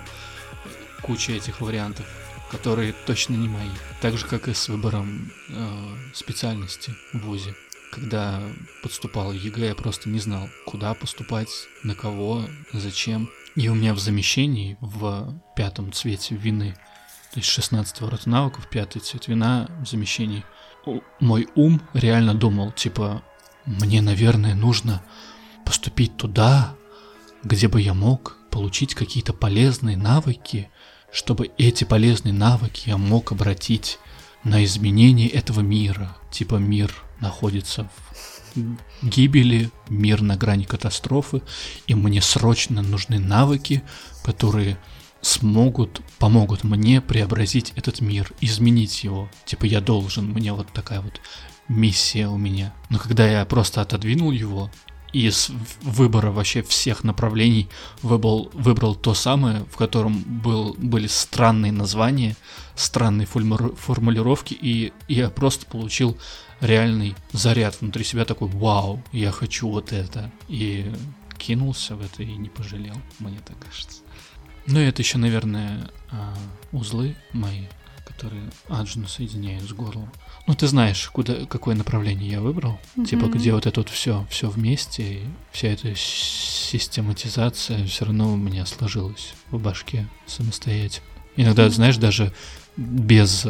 S2: куча этих вариантов, которые точно не мои. Так же, как и с выбором э, специальности в вузе. Когда подступал в ЕГЭ, я просто не знал, куда поступать, на кого, зачем. И у меня в замещении в пятом цвете вины, то есть шестнадцатого рода навыков, пятый цвет вина в замещении, мой ум реально думал, типа, мне, наверное, нужно поступить туда, где бы я мог получить какие-то полезные навыки, чтобы эти полезные навыки я мог обратить на изменение этого мира. Типа мир находится в гибели, мир на грани катастрофы, и мне срочно нужны навыки, которые смогут, помогут мне преобразить этот мир, изменить его. Типа я должен, у меня вот такая вот миссия у меня. Но когда я просто отодвинул его, из выбора вообще всех направлений выбрал, выбрал то самое, в котором был, были странные названия, странные формулировки, и я просто получил реальный заряд внутри себя, такой, вау, я хочу вот это. И кинулся в это и не пожалел, мне так кажется. Ну и это еще, наверное, узлы мои, которые аджну соединяют с горлом. Ну, ты знаешь, куда, какое направление я выбрал. Mm-hmm. Типа, где вот это вот все, все вместе, и вся эта систематизация все равно у меня сложилась в башке самостоятельно. Иногда, mm-hmm. знаешь, даже без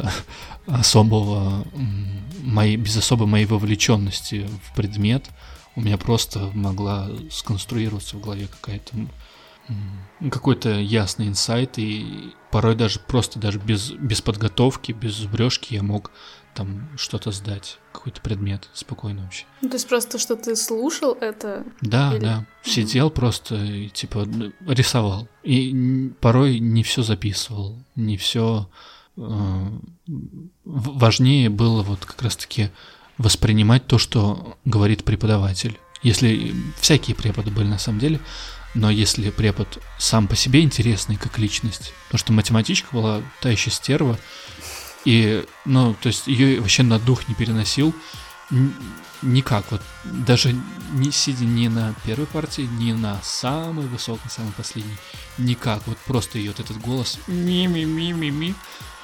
S2: особого моей, без особой моей вовлеченности в предмет у меня просто могла сконструироваться в голове какая-то какой-то ясный инсайт, и порой даже просто даже без, без подготовки, без зубрежки я мог там что-то сдать, какой-то предмет спокойно вообще.
S1: Ну, то есть просто, что ты слушал это?
S2: Да,
S1: или...
S2: да. Сидел mm-hmm. просто и типа рисовал. И порой не все записывал, не все. Э, важнее было вот как раз-таки воспринимать то, что говорит преподаватель. Если всякие преподы были на самом деле, но если препод сам по себе интересный как личность, потому что математичка была та еще стерва, и, ну, то есть ее вообще на дух не переносил никак, вот даже не сидя ни на первой партии, ни на самой высокой, самой последней, никак, вот просто ее вот этот голос ми-ми-ми-ми-ми,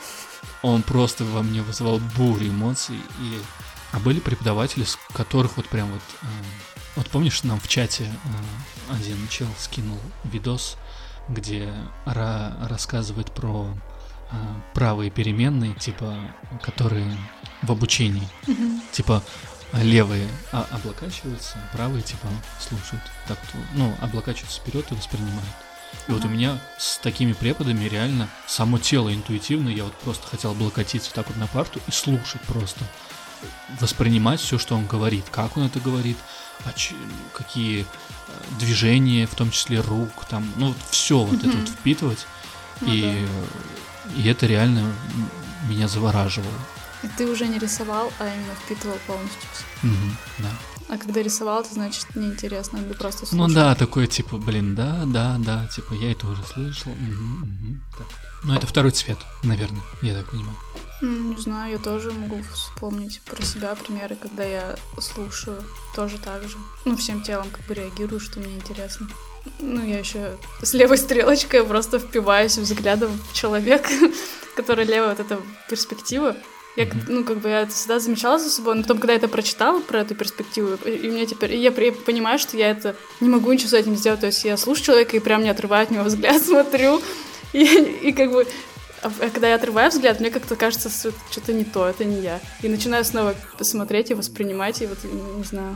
S2: он просто во мне вызывал бурю эмоций, и... А были преподаватели, с которых вот прям вот... Э, вот помнишь, нам в чате э, один чел скинул видос, где Ра рассказывает про э, правые переменные, типа, которые в обучении. Mm-hmm. Типа, левые а, облокачиваются, правые, типа, слушают. Так, ну, облокачиваются вперед и воспринимают. И uh-huh. вот у меня с такими преподами реально само тело интуитивно, я вот просто хотел облокотиться так вот на парту и слушать просто. Воспринимать все, что он говорит, как он это говорит, а ч- какие движения, в том числе рук, там, ну, все вот mm-hmm. это вот впитывать, ну, и, да. и это реально меня завораживало.
S1: И ты уже не рисовал, а именно впитывал полностью.
S2: Mm-hmm, да.
S1: А когда рисовал, это значит неинтересно, или просто слушал?
S2: Ну да, такое типа, блин, да, да, да, типа я это уже слышал. Угу, угу, так. Ну это второй цвет, наверное, я так понимаю.
S1: Не знаю, я тоже могу вспомнить про себя примеры, когда я слушаю тоже так же. Ну, всем телом как бы реагирую, что мне интересно. Ну, я еще с левой стрелочкой просто впиваюсь взглядом в человека, который левая вот эта перспектива. Я, mm-hmm. ну, как бы я это всегда замечала за собой, но потом, когда я это прочитала, про эту перспективу, и мне теперь, и я, я понимаю, что я это не могу ничего с этим сделать, то есть я слушаю человека и прям не отрываю от него взгляд, смотрю, и, и как бы, а когда я отрываю взгляд, мне как-то кажется, что что-то не то, это не я, и начинаю снова смотреть и воспринимать, и вот, не знаю,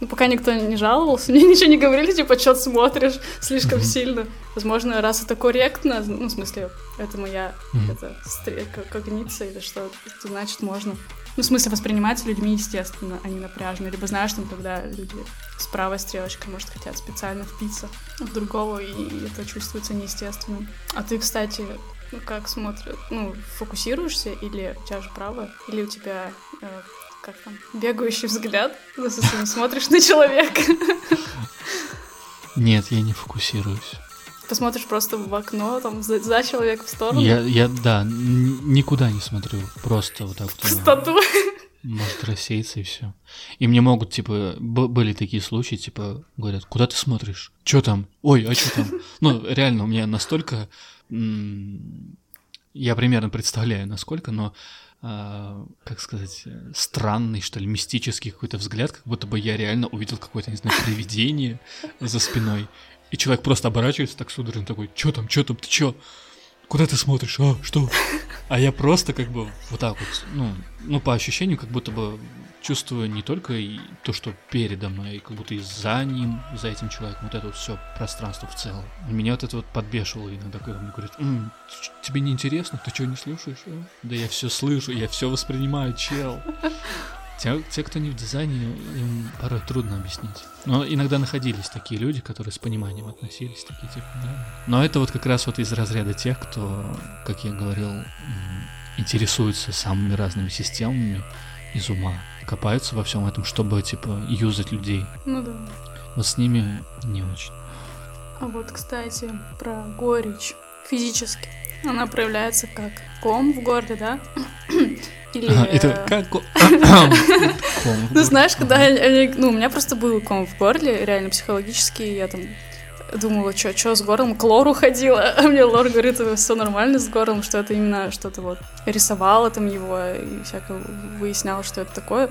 S1: Ну, пока никто не жаловался, мне ничего не говорили, типа, что ты смотришь слишком mm-hmm. сильно. Возможно, раз это корректно, ну, в смысле, это моя mm-hmm. это, стр... когниция или что, то значит можно. Ну, в смысле, воспринимать людьми естественно, а не напряжно. Либо, знаешь, там, когда люди с правой стрелочкой, может, хотят специально впиться в другого, и это чувствуется неестественным. А ты, кстати, ну, как смотришь? Ну, фокусируешься, или у тебя же правая, или у тебя... Э, как там, бегающий взгляд, ну, если смотришь на человека.
S2: Нет, я не фокусируюсь.
S1: Посмотришь просто в окно, там, за, за человека в сторону?
S2: Я, я да, н- никуда не смотрю, просто вот так вот.
S1: Пустоту.
S2: Может рассеяться и все. И мне могут, типа, б- были такие случаи, типа, говорят, куда ты смотришь? Чё там? Ой, а чё там? Ну, реально, у меня настолько... М- я примерно представляю, насколько, но... Uh, как сказать, странный, что ли, мистический какой-то взгляд, как будто бы я реально увидел какое-то, не знаю, привидение за спиной. И человек просто оборачивается так судорожно, такой, чё там, чё там, ты чё? Куда ты смотришь? А, что? А я просто как бы вот так вот, ну, ну по ощущению, как будто бы чувствую не только и то, что передо мной, как будто и за ним, за этим человеком, вот это вот все пространство в целом. И меня вот это вот подбешивало иногда, когда мне говорят, м-м, тебе не интересно, ты что, не слушаешь? А? Да я все слышу, я все воспринимаю, чел. Те, те, кто не в дизайне, им порой трудно объяснить. Но иногда находились такие люди, которые с пониманием относились, такие типа, да. Но это вот как раз вот из разряда тех, кто, как я говорил, интересуется самыми разными системами из ума, копаются во всем этом, чтобы, типа, юзать людей.
S1: Ну да.
S2: Вот с ними не очень.
S1: А вот, кстати, про горечь физически. Она проявляется как ком в горле, да? Или...
S2: А, это как ком?
S1: Ну, знаешь, когда они... Ну, у меня просто был ком в горле, реально психологически, я там думала, что, что с горлом, к лору ходила, а мне лор говорит, все нормально с горлом, что это именно что-то вот рисовала там его и всякое выясняла, что это такое.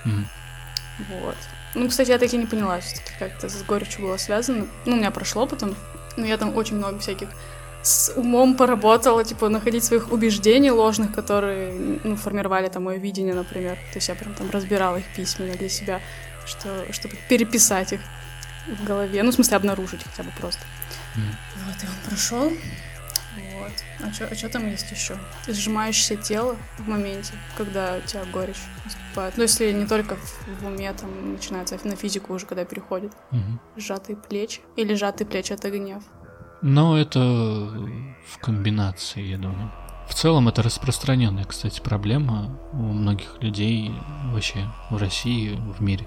S1: Вот. Ну, кстати, я так и не поняла, все-таки как это с горечью было связано. Ну, у меня прошло потом, но я там очень много всяких с умом поработала, типа, находить своих убеждений ложных, которые, ну, формировали там мое видение, например. То есть я прям там разбирала их письменно для себя, что, чтобы переписать их в голове. Ну, в смысле, обнаружить хотя бы просто. Mm. Вот, и он прошел. Вот. А что а чё там есть еще? Сжимающееся тело в моменте, когда у тебя горечь наступает. Ну, если не только в, в уме, там начинается, а на физику уже, когда переходит. Mm-hmm. Сжатые плечи. Или сжатые плечи — это гнев.
S2: Но это в комбинации, я думаю. В целом это распространенная, кстати, проблема у многих людей вообще в России, в мире.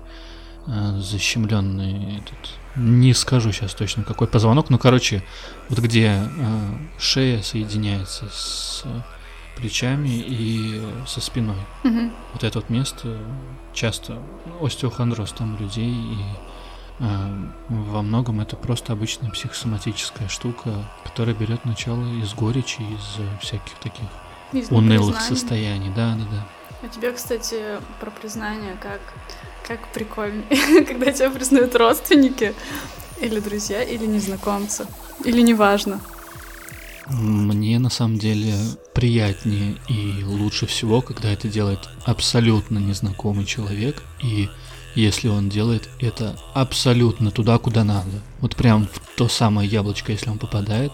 S2: Защемленный этот... Не скажу сейчас точно, какой позвонок, но, короче, вот где э, шея соединяется с плечами и со спиной. Mm-hmm. Вот это вот место часто остеохондроз там у людей, и э, во многом это просто обычная психосоматическая штука, которая берет начало из горечи, из всяких таких из унылых состояний. Да, да, да.
S1: А тебе, кстати, про признание как... Как прикольно, когда тебя признают родственники, или друзья, или незнакомцы, или неважно.
S2: Мне на самом деле приятнее и лучше всего, когда это делает абсолютно незнакомый человек, и если он делает это абсолютно туда, куда надо. Вот прям в то самое яблочко, если он попадает,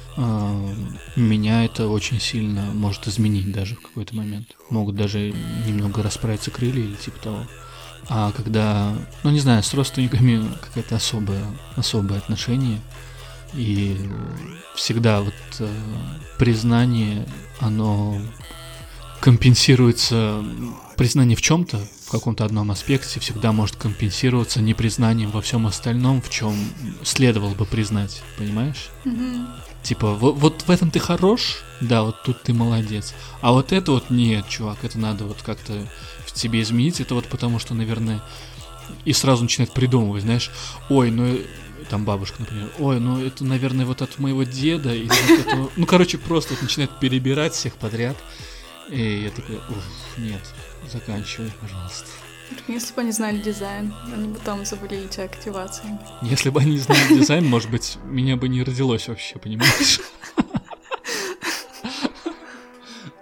S2: меня это очень сильно может изменить даже в какой-то момент. Могут даже немного расправиться крылья или типа того. А когда, ну не знаю, с родственниками какое-то особое, особое отношение, и всегда вот э, признание, оно компенсируется, признание в чем-то, в каком-то одном аспекте всегда может компенсироваться непризнанием во всем остальном, в чем следовало бы признать, понимаешь? Mm-hmm. Типа, вот, вот в этом ты хорош, да, вот тут ты молодец, а вот это вот нет, чувак, это надо вот как-то в тебе изменить, это вот потому что, наверное, и сразу начинает придумывать, знаешь, ой, ну, там бабушка, например, ой, ну это, наверное, вот от моего деда, или вот этого... ну, короче, просто вот начинает перебирать всех подряд, и я такой, уф, нет, заканчивай, пожалуйста.
S1: Если бы они знали дизайн, они бы там забыли тебя активацией.
S2: Если бы они знали дизайн, может быть, меня бы не родилось вообще, понимаешь?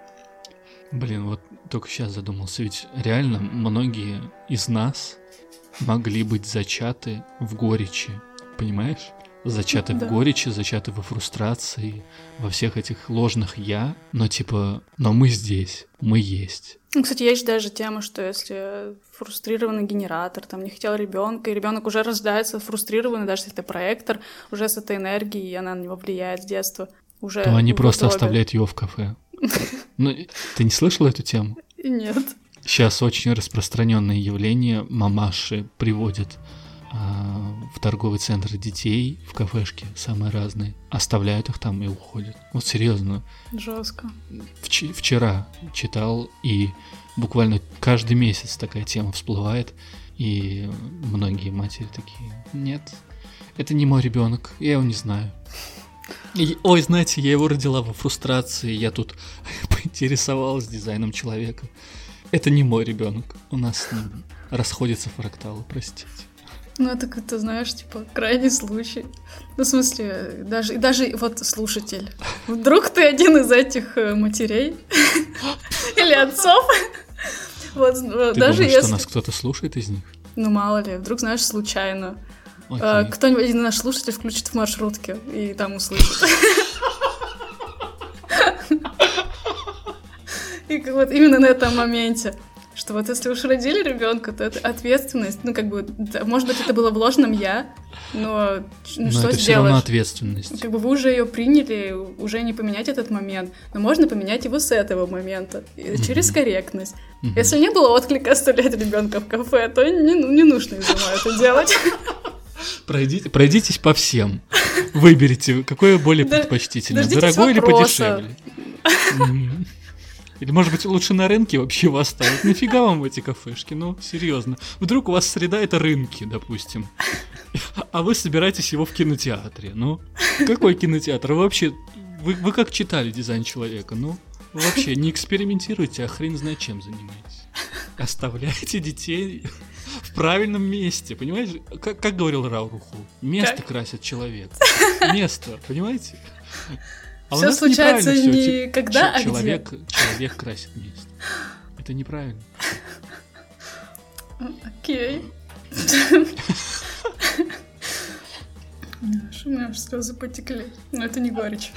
S2: Блин, вот только сейчас задумался, ведь реально многие из нас могли быть зачаты в горечи, понимаешь? Зачаты
S1: Да.
S2: в горечи, зачаты во фрустрации, во всех этих ложных «я», но типа, но мы здесь, мы есть.
S1: Ну, кстати, есть даже тема, что если фрустрированный генератор, там, не хотел ребенка, и ребенок уже рождается фрустрированный, даже если это проектор, уже с этой энергией, и она на него влияет с детства. Уже
S2: То они
S1: в
S2: просто
S1: утробе.
S2: оставляют ее в кафе. Ну, ты не слышала эту тему?
S1: Нет.
S2: Сейчас очень распространенное явление. Мамаши приводят а, в торговый центр детей, в кафешке, самые разные, оставляют их там и уходят. Вот серьезно.
S1: Жестко.
S2: Вч- вчера читал, и буквально каждый месяц такая тема всплывает, и многие матери такие: нет, это не мой ребенок, я его не знаю. И, ой, знаете, я его родила во фрустрации, я тут поинтересовалась дизайном человека. Это не мой ребенок, у нас с ним расходятся фракталы, простите.
S1: Ну, это как-то, знаешь, типа, крайний случай. Ну, в смысле, даже, даже вот слушатель. Вдруг ты один из этих э, матерей или отцов? Вот, э,
S2: Ты
S1: даже
S2: думаешь,
S1: если...
S2: что нас кто-то слушает из них?
S1: Ну, мало ли, вдруг, знаешь, случайно.
S2: Окей.
S1: Э, Кто-нибудь, один наш слушатель, включит в маршрутке и там услышит. И как вот именно на этом моменте, что вот если уж родили ребенка, то это ответственность. Ну, как бы, да, может быть, это было в ложном я, но ну,
S2: Но
S1: что
S2: это все равно
S1: сделаешь?
S2: ответственность.
S1: Как бы вы уже ее приняли, уже не поменять этот момент, но можно поменять его с этого момента, и через
S2: Мгм.
S1: корректность.
S2: Мгм.
S1: Если не было отклика оставлять ребенка в кафе, то не, ну, не нужно из ума это делать.
S2: Пройдите, пройдитесь по всем. Выберите, какое более
S1: Да-
S2: предпочтительно,
S1: дождитесь
S2: дорогое или
S1: вопроса.
S2: подешевле. Мгм. Или, может быть, лучше на рынке вообще его оставить. Нафига вам эти кафешки? Ну, серьезно. Вдруг у вас среда — это рынки, допустим. А вы собираетесь его в кинотеатре. Ну, какой кинотеатр? Вы вообще... Вы, вы как читали «Дизайн человека»? Ну, вы вообще не экспериментируйте, а хрен знает чем занимаетесь. Оставляйте детей в правильном месте, понимаешь? Как, как говорил Рауруху, место
S1: Как?
S2: красит человек. Место, понимаете? А у
S1: Всё
S2: нас
S1: случается
S2: неправильно всё.
S1: не
S2: Ч-
S1: когда, а где.
S2: человек, человек красит место. Это неправильно.
S1: Окей. Аж у меня аж слезы потекли. Но это не горечь.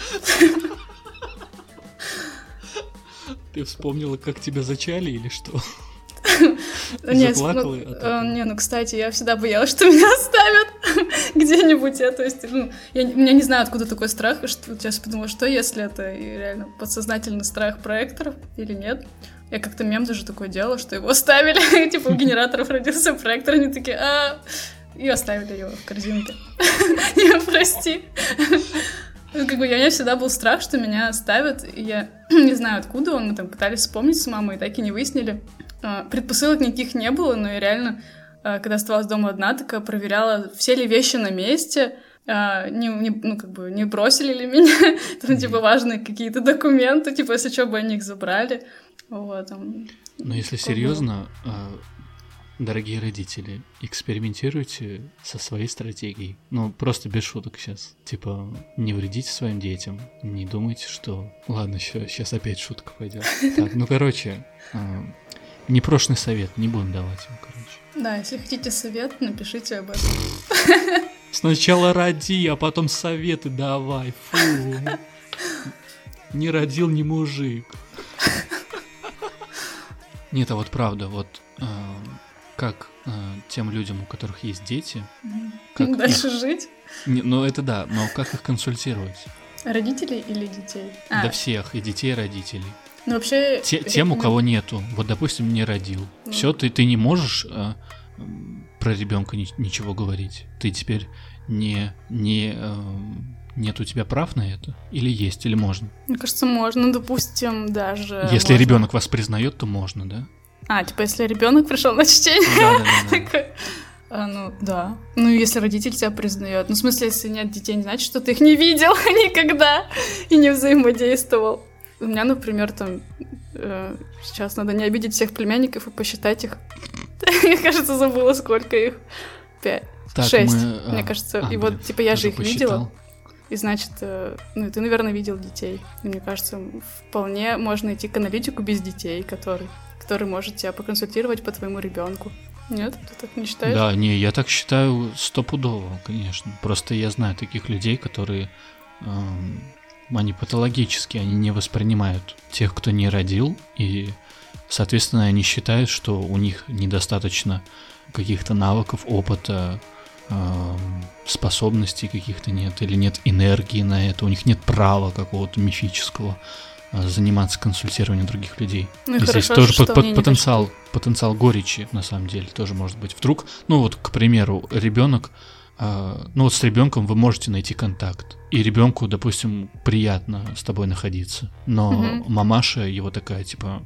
S2: Ты вспомнила, как тебя зачали или что?
S1: Нет,
S2: Заплакала
S1: ну,
S2: от этого?
S1: э, не, ну, кстати, я всегда боялась, что меня оставят где-нибудь. Я, то есть, ну, я, не- у меня не знаю, откуда такой страх. Что, я сейчас подумала, что если это и реально подсознательный страх проекторов или нет. Я как-то мем даже такое делала, что его оставили. Типа у генераторов родился проектор, они такие, а и оставили его в корзинке. Не, прости. Ну, как бы, у меня всегда был страх, что меня оставят, и я не знаю, откуда он, мы там пытались вспомнить с мамой, и так и не выяснили. А, Предпосылок никаких не было, но я реально, а, когда оставалась дома одна, такая проверяла, все ли вещи на месте, а, не, не- ну, как бы, не бросили ли меня, там, типа, важные какие-то документы, типа, если что бы они их забрали. Вот, там.
S2: Но если
S1: такое было.
S2: серьезно, а, дорогие родители, экспериментируйте со своей стратегией. Ну, просто без шуток сейчас. Типа, не вредите своим детям, не думайте, что... Ладно, сейчас опять шутка пойдет. Так, ну, короче, а, непрошенный совет, не будем давать им, короче.
S1: Да, если хотите совет, напишите об этом.
S2: Сначала роди, а потом советы давай, фу. Не родил, не мужик. Нет, а вот правда, вот а, как а, тем людям, у которых есть дети, как
S1: Дальше жить.
S2: Не, ну это да, но как их консультировать?
S1: Родителей или детей?
S2: Да всех, и детей, и родителей.
S1: Ну, вообще...
S2: Те- тем, у кого нету. Вот, допустим, не родил.
S1: Ну.
S2: Все, ты, ты не можешь а, м, про ребенка ничего говорить. Ты теперь не, не а, нет у тебя прав на это? Или есть, или можно?
S1: Мне кажется, можно, допустим, даже...
S2: Если
S1: можно.
S2: ребенок вас признает, то можно, да?
S1: А, типа, если ребенок пришел на чтение.
S2: Да, да, да, да.
S1: Такой, а, ну, да. Ну, если родитель тебя признает. Ну, в смысле, если нет детей, не значит, что ты их не видел никогда и не взаимодействовал. У меня, например, там... э, сейчас надо не обидеть всех племянников и посчитать их. Я, кажется, забыла, сколько их. Пять.
S2: Так,
S1: Шесть.
S2: мы, а,
S1: Мне кажется,
S2: а,
S1: и
S2: блин,
S1: вот, типа, я
S2: тоже
S1: же их видела.
S2: посчитал.
S1: И значит, э, ну, ты, наверное, видел детей. И мне кажется, вполне можно идти к аналитику без детей, который, который может тебя поконсультировать по твоему ребенку. Нет, ты так не считаешь?
S2: Да, не, я так считаю стопудово, конечно. Просто я знаю таких людей, которые, эм, они патологически, они не воспринимают тех, кто не родил, и, соответственно, они считают, что у них недостаточно каких-то навыков, опыта, эм, способностей каких-то нет, или нет энергии на это, у них нет права какого-то мифического заниматься консультированием других людей.
S1: Ну и,
S2: и
S1: хорошо,
S2: здесь тоже
S1: что
S2: под, под,
S1: они
S2: потенциал, потенциал горечи, на самом деле, тоже может быть. Вдруг, ну вот, к примеру, ребенок, э, ну вот с ребенком вы можете найти контакт, и ребенку, допустим, приятно с тобой находиться, но
S1: Мгм.
S2: мамаша его такая, типа,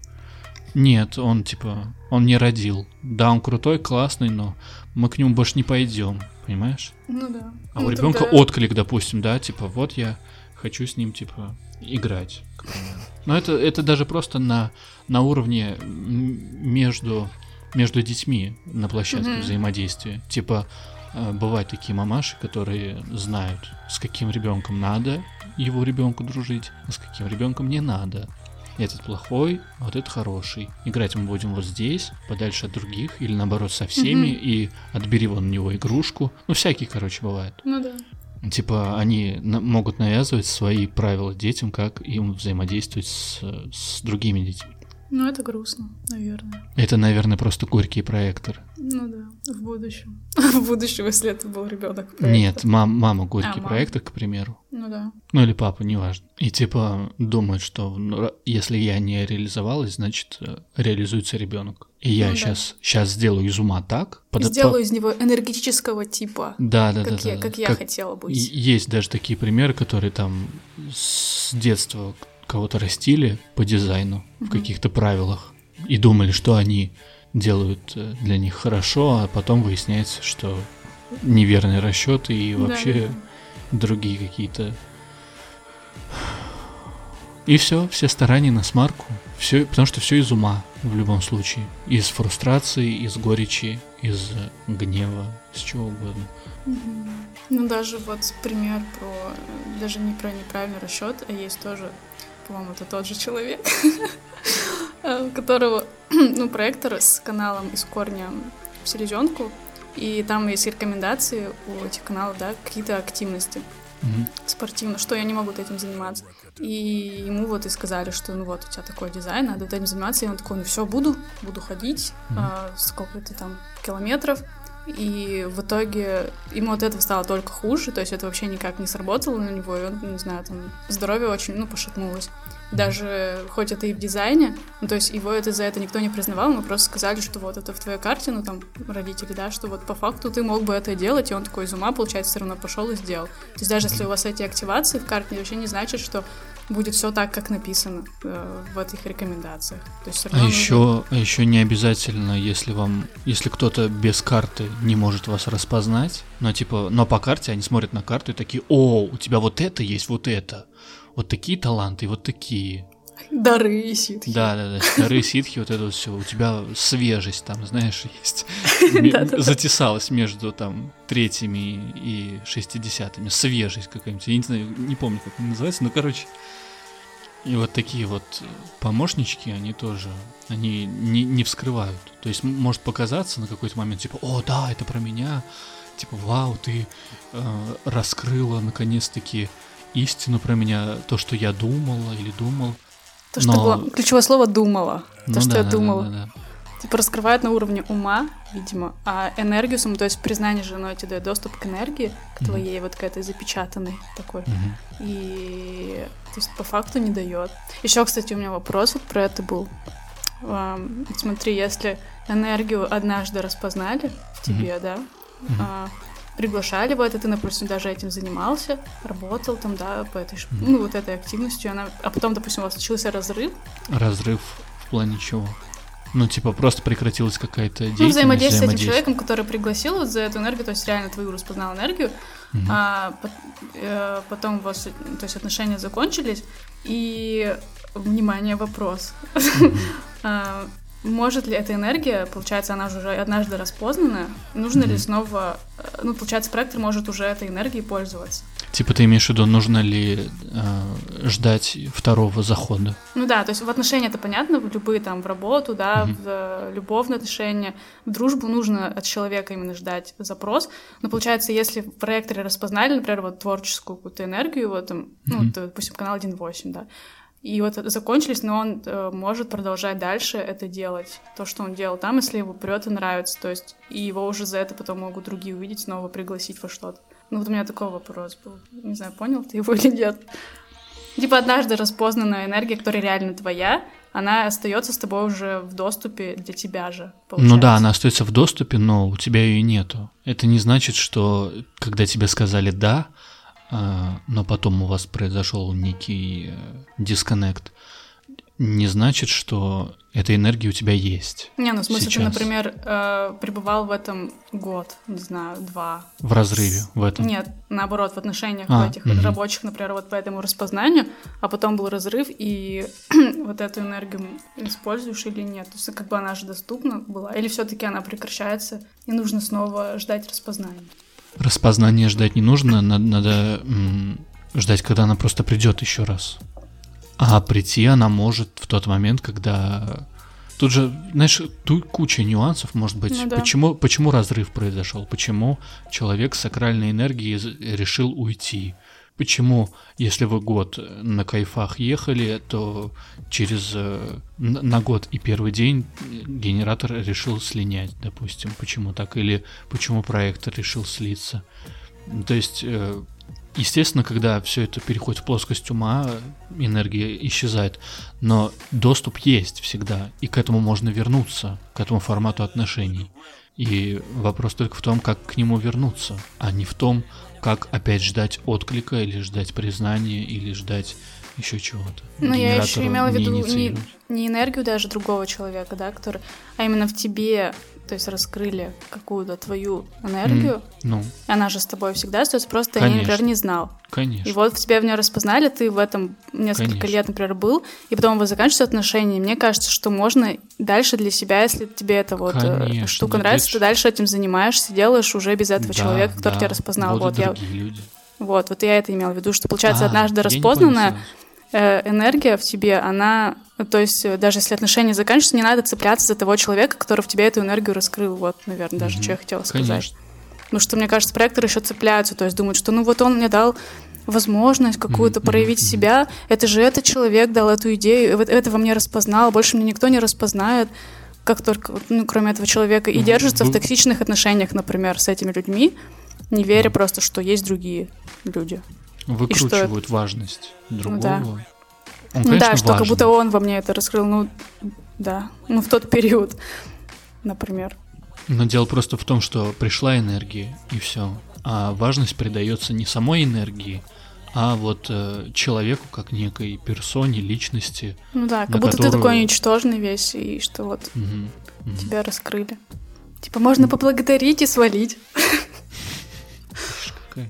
S2: нет, он, типа, он не родил. Да, он крутой, классный, но мы к нему больше не пойдем, понимаешь?
S1: Ну да.
S2: А
S1: Ну,
S2: у ребенка
S1: тогда-
S2: отклик, допустим, да, типа, вот я хочу с ним, типа, играть, к примеру. Но это, это даже просто на, на уровне м, между, между детьми на площадке
S1: Мгм.
S2: взаимодействия. Типа, э, бывают такие мамаши, которые знают, с каким ребенком надо его ребенку дружить, а с каким ребенком не надо. Этот плохой, а вот этот хороший. Играть мы будем вот здесь, подальше от других, или наоборот со всеми,
S1: Мгм.
S2: и отбери вон у него игрушку. Ну, всякие, короче, бывают.
S1: Ну да.
S2: Типа, они на- могут навязывать свои правила детям, как им взаимодействовать с, с другими детьми.
S1: Ну это грустно, наверное.
S2: Это, наверное, просто горькие проекторы.
S1: Ну да, в будущем. В будущем, если это был ребенок.
S2: Нет, мам, мама горький
S1: А, мама.
S2: проектор, к примеру.
S1: Ну да.
S2: Ну или папа, неважно. И типа думает, что ну, ра- если я не реализовалась, значит э, реализуется ребенок. И я
S1: Ну да.
S2: сейчас, сейчас сделаю из ума так. под-
S1: Сделаю из него энергетического типа,
S2: Да, да,
S1: как,
S2: да,
S1: я,
S2: да.
S1: как я хотела быть.
S2: И- Есть даже такие примеры, которые там с детства кого-то растили по дизайну в
S1: Мгм.
S2: каких-то правилах и думали, что они делают э, для них хорошо, а потом выясняется, что неверные расчеты и
S1: Да,
S2: вообще
S1: да.
S2: другие какие-то. И все, все старания на смарку. Все, потому что все из ума в любом случае. Из фрустрации, из горечи, из э, гнева, из чего угодно.
S1: Мгм. Ну, даже вот пример про, э, даже не про неправильный расчет, а есть тоже, по-моему, это тот же человек, э, у которого, ну, проектор с каналом из корня в селезенку, и там есть рекомендации у этих каналов, да, какие-то активности
S2: Мгм.
S1: спортивно, что я не могу вот этим заниматься. И ему вот и сказали, что ну вот у тебя такой дизайн, надо вот этим заниматься. И он такой, ну все, буду, буду ходить,
S2: Мгм.
S1: а, сколько-то там километров. И в итоге ему от этого стало только хуже, то есть это вообще никак не сработало на него, и он, не знаю, там здоровье очень, ну, пошатнулось. Даже хоть это и в дизайне, ну, то есть его это за это никто не признавал, мы просто сказали, что вот это в твоей карте, ну, там, родители, да, что вот по факту ты мог бы это делать, и он такой из ума, получается, все равно пошел и сделал. То есть даже если у вас эти активации в карте, вообще не значит, что будет все так, как написано э, в этих рекомендациях. То есть всё
S2: А
S1: равно нужно-
S2: еще, а еще не обязательно, если вам, если кто-то без карты не может вас распознать, но типа, но по карте они смотрят на карту и такие, о, у тебя вот это есть, вот это, вот такие таланты, вот такие.
S1: Дары и ситхи.
S2: Да, да, да, старые ситхи, вот это вот все, у тебя свежесть там, знаешь, есть.
S1: Да-да-да.
S2: Затесалась между там третьими и шестидесятыми, свежесть какая-нибудь, я не знаю, не помню, как она называется, но короче. И вот такие вот помощнички, они тоже, они не, не вскрывают. То есть м- может показаться на какой-то момент, типа, о, да, это про меня, типа, вау, ты э, раскрыла наконец-таки истину про меня, то, что я думала или думал.
S1: То, что
S2: Но-
S1: было, ключевое слово «думала». То,
S2: Ну
S1: что
S2: да,
S1: я
S2: да,
S1: думала.
S2: да, да, да.
S1: Типа раскрывает на уровне ума, видимо, а энергию саму, то есть признание же, оно тебе дает доступ к энергии, к
S2: Мгм.
S1: твоей вот к этой запечатанной такой.
S2: Мгм.
S1: И то есть по факту не дает. Еще, кстати, у меня вопрос вот про это был. Ам, смотри, если энергию однажды распознали в тебе, да,
S2: Мгм.
S1: а, приглашали в это, ты, допустим, даже этим занимался, работал там, да, по этой, ш-
S2: Мгм.
S1: ну, вот этой активностью, она, а потом, допустим, у вас случился разрыв,
S2: Разрыв в плане чего? Ну, типа, просто прекратилась какая-то
S1: ну,
S2: деятельность,
S1: взаимодействие с этим
S2: взаимодействие.
S1: человеком, который пригласил вот за эту энергию, то есть реально твою распознал энергию,
S2: Мгм.
S1: а пот- э, потом у вас, то есть отношения закончились, и, внимание, вопрос.
S2: Мгм.
S1: А, Может ли эта энергия, получается, она же уже однажды распознана, нужно ли
S2: Мгм.
S1: снова, э, ну, получается, проектор может уже этой энергией пользоваться?
S2: Типа ты имеешь в виду, нужно ли э, ждать второго захода?
S1: Ну да, то есть в отношения это понятно, в любые там, в работу, да,
S2: Мгм.
S1: в э, любовные отношения, в дружбу нужно от человека именно ждать запрос. Но получается, если в проекторе распознали, например, вот творческую какую-то энергию, вот там, ну,
S2: Мгм.
S1: вот, допустим, канал один восемь, да, и вот это закончились, но он э, может продолжать дальше это делать, то, что он делал там, если его прет и нравится, то есть и его уже за это потом могут другие увидеть, снова пригласить во что-то. Ну вот у меня такой вопрос был, не знаю, понял ты его или нет? Типа однажды распознанная энергия, которая реально твоя, она остается с тобой уже в доступе для тебя же, получается.
S2: Ну да, она остается в доступе, но у тебя ее нету. Это не значит, что когда тебе сказали «да», а, но потом у вас произошел некий э, дисконнект, не значит, что эта энергия у тебя есть.
S1: Не, ну в смысле,
S2: сейчас.
S1: ты, например, э, пребывал в этом год, не знаю, два.
S2: В разрыве в этом.
S1: Нет, наоборот, в отношениях
S2: А,
S1: в этих
S2: мгм.
S1: рабочих, например, вот по этому распознанию, а потом был разрыв, и вот эту энергию используешь или нет? То есть как бы она же доступна была, или все-таки она прекращается, и нужно снова ждать распознания?
S2: Распознание ждать не нужно, надо, надо м, ждать, когда она просто придет еще раз. А прийти она может в тот момент, когда... Тут же, знаешь, тут куча нюансов может быть.
S1: Ну да.
S2: Почему, почему разрыв произошел? Почему человек с сакральной энергией з- решил уйти? Почему, если вы год на кайфах ехали, то через э, н- на год и первый день генератор решил слинять, допустим? Почему так? Или почему проектор решил слиться? То есть... э, Естественно, когда все это переходит в плоскость ума, энергия исчезает, но доступ есть всегда, и к этому можно вернуться, к этому формату отношений. И вопрос только в том, как к нему вернуться, а не в том, как опять ждать отклика, или ждать признания, или ждать еще чего-то.
S1: Ну, я еще
S2: Генератору
S1: имела в
S2: не
S1: виду не,
S2: инициировать.
S1: не энергию даже другого человека, да, который, а именно в тебе, то есть раскрыли какую-то твою энергию,
S2: М, Ну,
S1: и она же с тобой всегда остается, просто я,
S2: Конечно.
S1: например, не знал.
S2: конечно.
S1: И вот в тебя в нее распознали, ты в этом несколько
S2: Конечно.
S1: лет, например, был, и потом у вас заканчиваются отношения. Мне кажется, что можно дальше для себя, если тебе эта вот э,
S2: Конечно,
S1: штука
S2: да,
S1: нравится,
S2: здесь-
S1: ты дальше этим занимаешься, делаешь уже без этого
S2: Да,
S1: человека, который
S2: да,
S1: тебя распознал.
S2: будут
S1: Вот я,
S2: другие люди.
S1: вот, вот я это имела в виду, что получается
S2: А,
S1: однажды
S2: я не понял
S1: распознанная
S2: сразу.
S1: э, энергия в тебе, она, то есть э, даже если отношения заканчиваются, не надо цепляться за того человека, который в тебе эту энергию раскрыл. Вот, наверное, даже
S2: Мгм.
S1: что я хотела сказать.
S2: Конечно.
S1: Потому что, мне кажется, проекторы еще цепляются, то есть думают, что ну вот он мне дал возможность какую-то
S2: Мгм,
S1: проявить
S2: мгм,
S1: себя, это же этот человек дал эту идею, и вот это во мне распознал, больше мне никто не распознает, как только, ну, кроме этого человека, и
S2: Ну,
S1: держится в
S2: вы-
S1: токсичных отношениях, например, с этими людьми, не веря
S2: Да.
S1: просто, что есть другие люди.
S2: Выкручивают важность другого.
S1: да.
S2: Он,
S1: Ну
S2: конечно,
S1: да, что как
S2: важен.
S1: будто он во мне это раскрыл, ну да, ну в тот период, например.
S2: Но дело просто в том, что пришла энергия, и все. А важность придается не самой энергии, а вот э, человеку, как некой персоне, личности.
S1: Ну да, как
S2: на
S1: будто ты
S2: которую-
S1: такой ничтожный весь, и что вот
S2: Мгм, мгм.
S1: тебя раскрыли. Типа можно поблагодарить и свалить.
S2: Какая.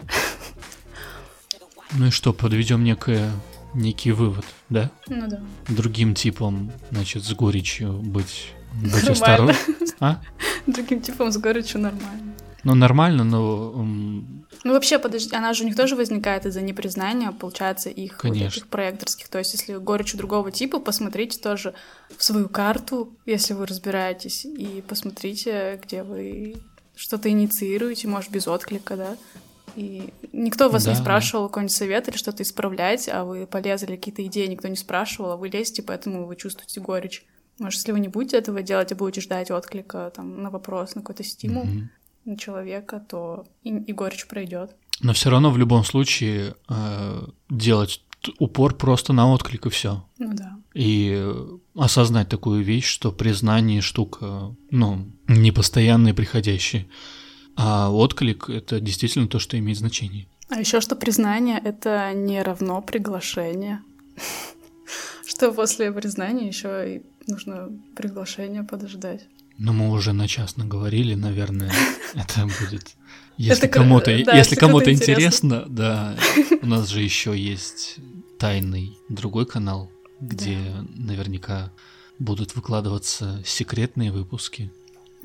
S2: Ну и что, подведем некое, некий вывод, да?
S1: Ну да.
S2: Другим типом, значит, с горечью быть, быть
S1: Нормально.
S2: осторожным. А?
S1: Другим типом с горечью нормально.
S2: Ну, нормально, но м,
S1: Ну вообще, подожди, она же у них тоже возникает из-за непризнания, получается, их вот
S2: Конечно.
S1: этих проекторских. То есть, если горечь у другого типа, посмотрите тоже в свою карту, если вы разбираетесь, и посмотрите, где вы что-то инициируете, может, без отклика, да. И никто вас
S2: Да,
S1: не
S2: да.
S1: спрашивал какой-нибудь совет или что-то исправлять, а вы полезли какие-то идеи, никто не спрашивал, а вы лезете, поэтому вы чувствуете горечь. Может, если вы не будете этого делать, а будете ждать отклика там, на вопрос, на какой-то стимул,
S2: мгм.
S1: на человека, то и, и горечь пройдет.
S2: Но все равно в любом случае э, делать т- упор просто на отклик и все.
S1: Ну да.
S2: И э, осознать такую вещь, что признание штука, ну, непостоянная и приходящая. А отклик — это действительно то, что имеет значение.
S1: А еще что признание — это не равно приглашение. Что после признания еще и нужно приглашение подождать.
S2: Но мы уже на час наговорили, наверное, это будет... Если
S1: Это кр-
S2: кому-то,
S1: да,
S2: если
S1: если
S2: кому-то
S1: кому-то
S2: интересно, да, у нас же еще есть тайный другой канал, где наверняка будут выкладываться секретные выпуски.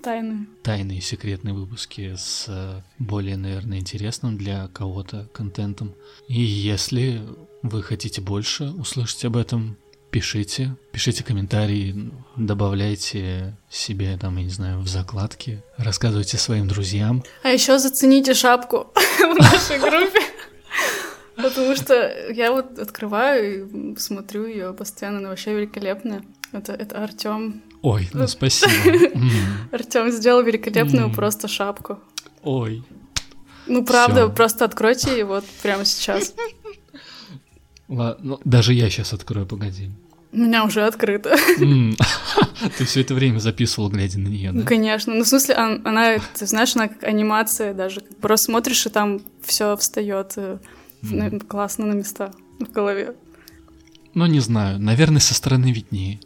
S1: Тайны.
S2: Тайные секретные выпуски с более, наверное, интересным для кого-то контентом. И если вы хотите больше услышать об этом, пишите, пишите комментарии, добавляйте себе, там, я не знаю, в закладки, рассказывайте своим друзьям.
S1: А еще зацените шапку в нашей группе, потому что я вот открываю и смотрю ее постоянно, она вообще великолепная. Это, это Артём.
S2: Ой, ну спасибо.
S1: Артём сделал великолепную просто шапку.
S2: Ой.
S1: Ну правда, просто откройте ее вот прямо сейчас.
S2: Ладно, даже я сейчас открою, погоди.
S1: У меня уже открыто.
S2: Ты все это время записывал, глядя на нее, да?
S1: Ну, конечно. Ну, в смысле, она, ты знаешь, она как анимация даже. Просто смотришь, и там все встает классно на места в голове.
S2: Ну, не знаю. Наверное, со стороны виднее.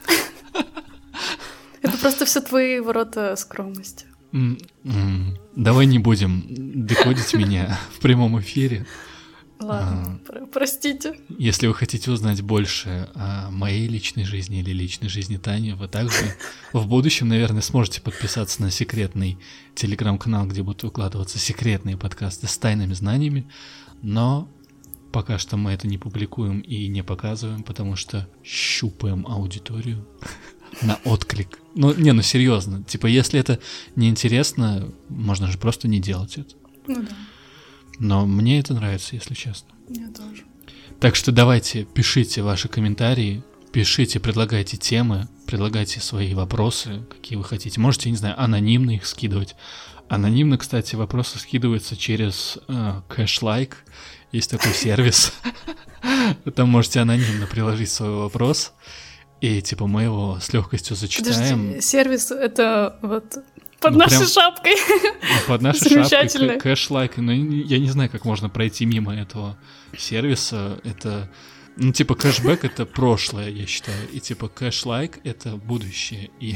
S1: Это просто все твои ворота скромности.
S2: Давай не будем декодить меня в прямом эфире.
S1: Ладно, а, простите.
S2: Если вы хотите узнать больше о моей личной жизни или личной жизни Тани, вы также в будущем, наверное, сможете подписаться на секретный телеграм-канал, где будут выкладываться секретные подкасты с тайными знаниями, но пока что мы это не публикуем и не показываем, потому что щупаем аудиторию на отклик. Ну, не, ну серьезно, типа, если это неинтересно, можно же просто не делать это.
S1: Ну да.
S2: Но мне это нравится, если честно.
S1: Мне тоже.
S2: Так что давайте, пишите ваши комментарии, пишите, предлагайте темы, предлагайте свои вопросы, какие вы хотите. Можете, не знаю, анонимно их скидывать. Анонимно, кстати, вопросы скидываются через э, Cash-like. Есть такой сервис. Там можете анонимно приложить свой вопрос, и типа мы его с легкостью зачитаем.
S1: Подожди, сервис — это вот... Под ну, нашей прям, шапкой.
S2: Ну, под нашей шапкой, кэш-лайк. Но я не знаю, как можно пройти мимо этого сервиса. Это, ну, типа, кэшбэк — это прошлое, я считаю. И, типа, кэш-лайк — это будущее. И...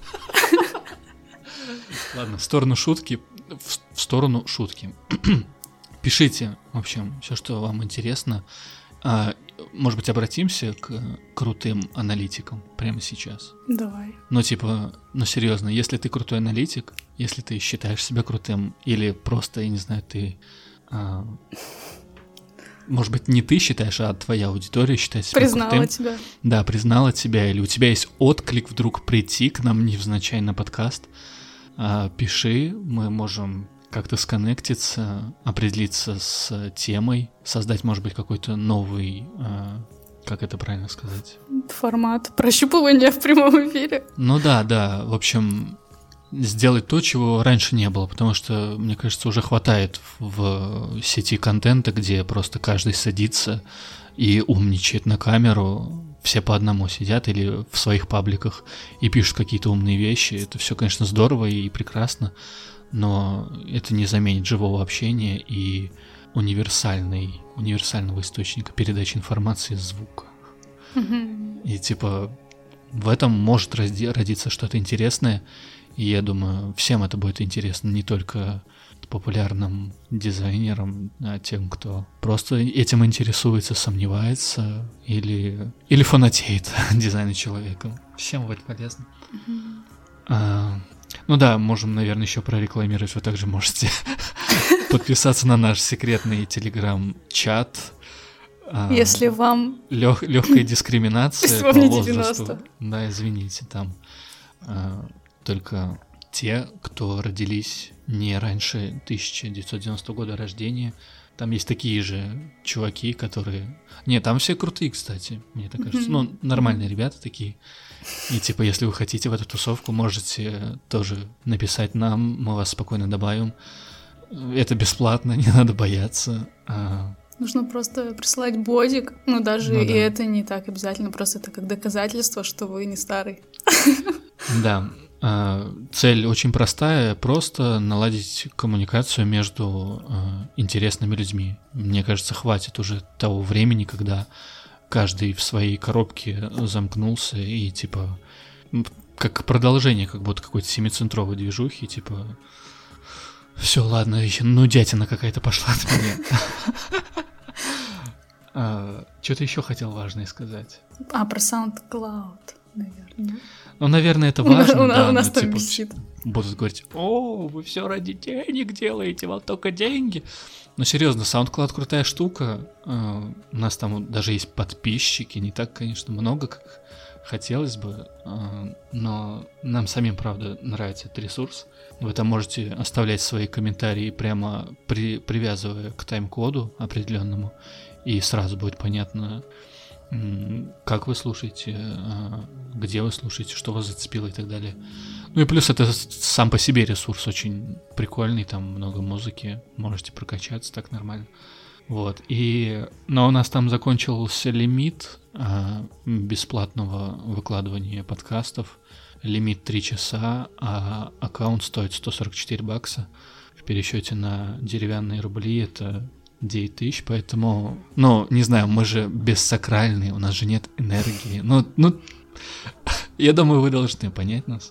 S2: Ладно, в сторону шутки. В сторону шутки. Пишите, в общем, все, что вам интересно. А, может быть, обратимся к крутым аналитикам прямо сейчас?
S1: Давай.
S2: Ну, типа, ну, серьезно, если ты крутой аналитик, если ты считаешь себя крутым, или просто, я не знаю, ты... А, может быть, не ты считаешь, а твоя аудитория считает себя
S1: признала
S2: крутым.
S1: Признала тебя.
S2: Да, признала тебя, или у тебя есть отклик вдруг прийти к нам невзначай на подкаст, а, пиши, мы можем... как-то сконнектиться, определиться с темой, создать, может быть, какой-то новый, э, как это правильно сказать?
S1: Формат прощупывания в прямом эфире.
S2: Ну да, да, в общем, сделать то, чего раньше не было, потому что, мне кажется, уже хватает в сети контента, где просто каждый садится и умничает на камеру, все по одному сидят или в своих пабликах и пишут какие-то умные вещи. Это все, конечно, здорово и прекрасно, но это не заменит живого общения и универсальный, универсального источника передачи информации звука.
S1: Mm-hmm.
S2: И типа в этом может ради- родиться что-то интересное, и я думаю, всем это будет интересно, не только популярным дизайнерам, а тем, кто просто этим интересуется, сомневается или, или фанатеет дизайна человека. Всем будет полезно.
S1: Mm-hmm.
S2: А, ну да, можем, наверное, еще прорекламировать. Вы также можете подписаться на наш секретный телеграм-чат.
S1: Если вам...
S2: Легкая дискриминация
S1: Если
S2: по
S1: вам не
S2: возрасту.
S1: девяносто.
S2: Да, извините, там а, только те, кто родились не раньше тысяча девятьсот девяностого года рождения. Там есть такие же чуваки, которые... Не, там все крутые, кстати, мне так кажется. Mm-hmm. Ну, нормальные ребята такие. И типа, если вы хотите в эту тусовку, можете тоже написать нам, мы вас спокойно добавим. Это бесплатно, не надо бояться. А...
S1: Нужно просто прислать бодик, ну даже ну, и да. Это не так обязательно, просто это как доказательство, что вы не старый.
S2: Да, цель очень простая, просто наладить коммуникацию между интересными людьми. Мне кажется, хватит уже того времени, когда каждый в своей коробке замкнулся и типа как продолжение как будто какой-то семицентровой движухи, типа все, ладно, ну дятина какая-то пошла от меня. Что-то еще хотел важное сказать.
S1: А, про SoundCloud, наверное.
S2: Ну, наверное, это важно.
S1: У
S2: да,
S1: нас
S2: но,
S1: там
S2: типа,
S1: висит.
S2: будут говорить: о, вы все ради денег делаете, вам только деньги. Но серьезно, SoundCloud крутая штука. У нас там даже есть подписчики, не так, конечно, много, как хотелось бы, но нам самим, правда, нравится этот ресурс. Вы там можете оставлять свои комментарии прямо при, привязывая к тайм-коду определенному, и сразу будет понятно, как вы слушаете, где вы слушаете, что вас зацепило и так далее. Ну и плюс это сам по себе ресурс очень прикольный, там много музыки, можете прокачаться так нормально. Вот, и... Но у нас там закончился лимит а, бесплатного выкладывания подкастов. Лимит три часа, а аккаунт стоит сто сорок четыре бакса. В пересчете на деревянные рубли это девять тысяч, поэтому... Ну, не знаю, мы же бессакральные, у нас же нет энергии. Ну, ну, я думаю, вы должны понять нас.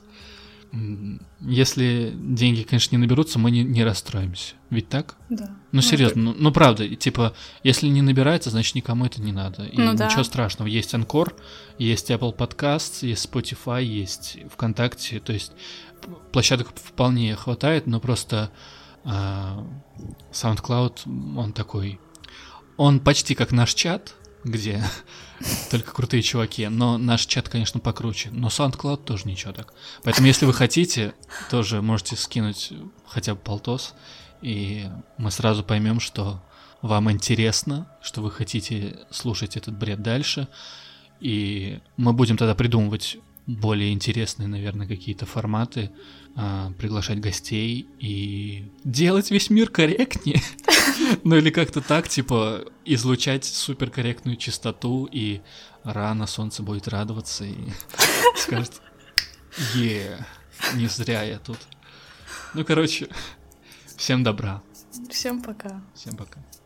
S2: Если деньги, конечно, не наберутся, мы не, не расстроимся. Ведь так?
S1: Да.
S2: Ну, серьезно, ну, ну правда, типа, если не набирается, значит, никому это не надо. И
S1: ну,
S2: ничего
S1: да.
S2: страшного. Есть Anchor, есть Apple Podcasts, есть Spotify, есть ВКонтакте. То есть площадок вполне хватает, но просто а, SoundCloud, он такой... Он почти как наш чат, где только крутые чуваки, но наш чат, конечно, покруче, но SoundCloud тоже ничего так. Поэтому, если вы хотите, тоже можете скинуть хотя бы полтос, и мы сразу поймем, что вам интересно, что вы хотите слушать этот бред дальше, и мы будем тогда придумывать более интересные, наверное, какие-то форматы, приглашать гостей и делать весь мир корректнее. Ну или как-то так, типа, излучать суперкорректную чистоту, и рано солнце будет радоваться и скажет: е, не зря я тут. Ну, короче, всем добра.
S1: Всем пока.
S2: Всем пока.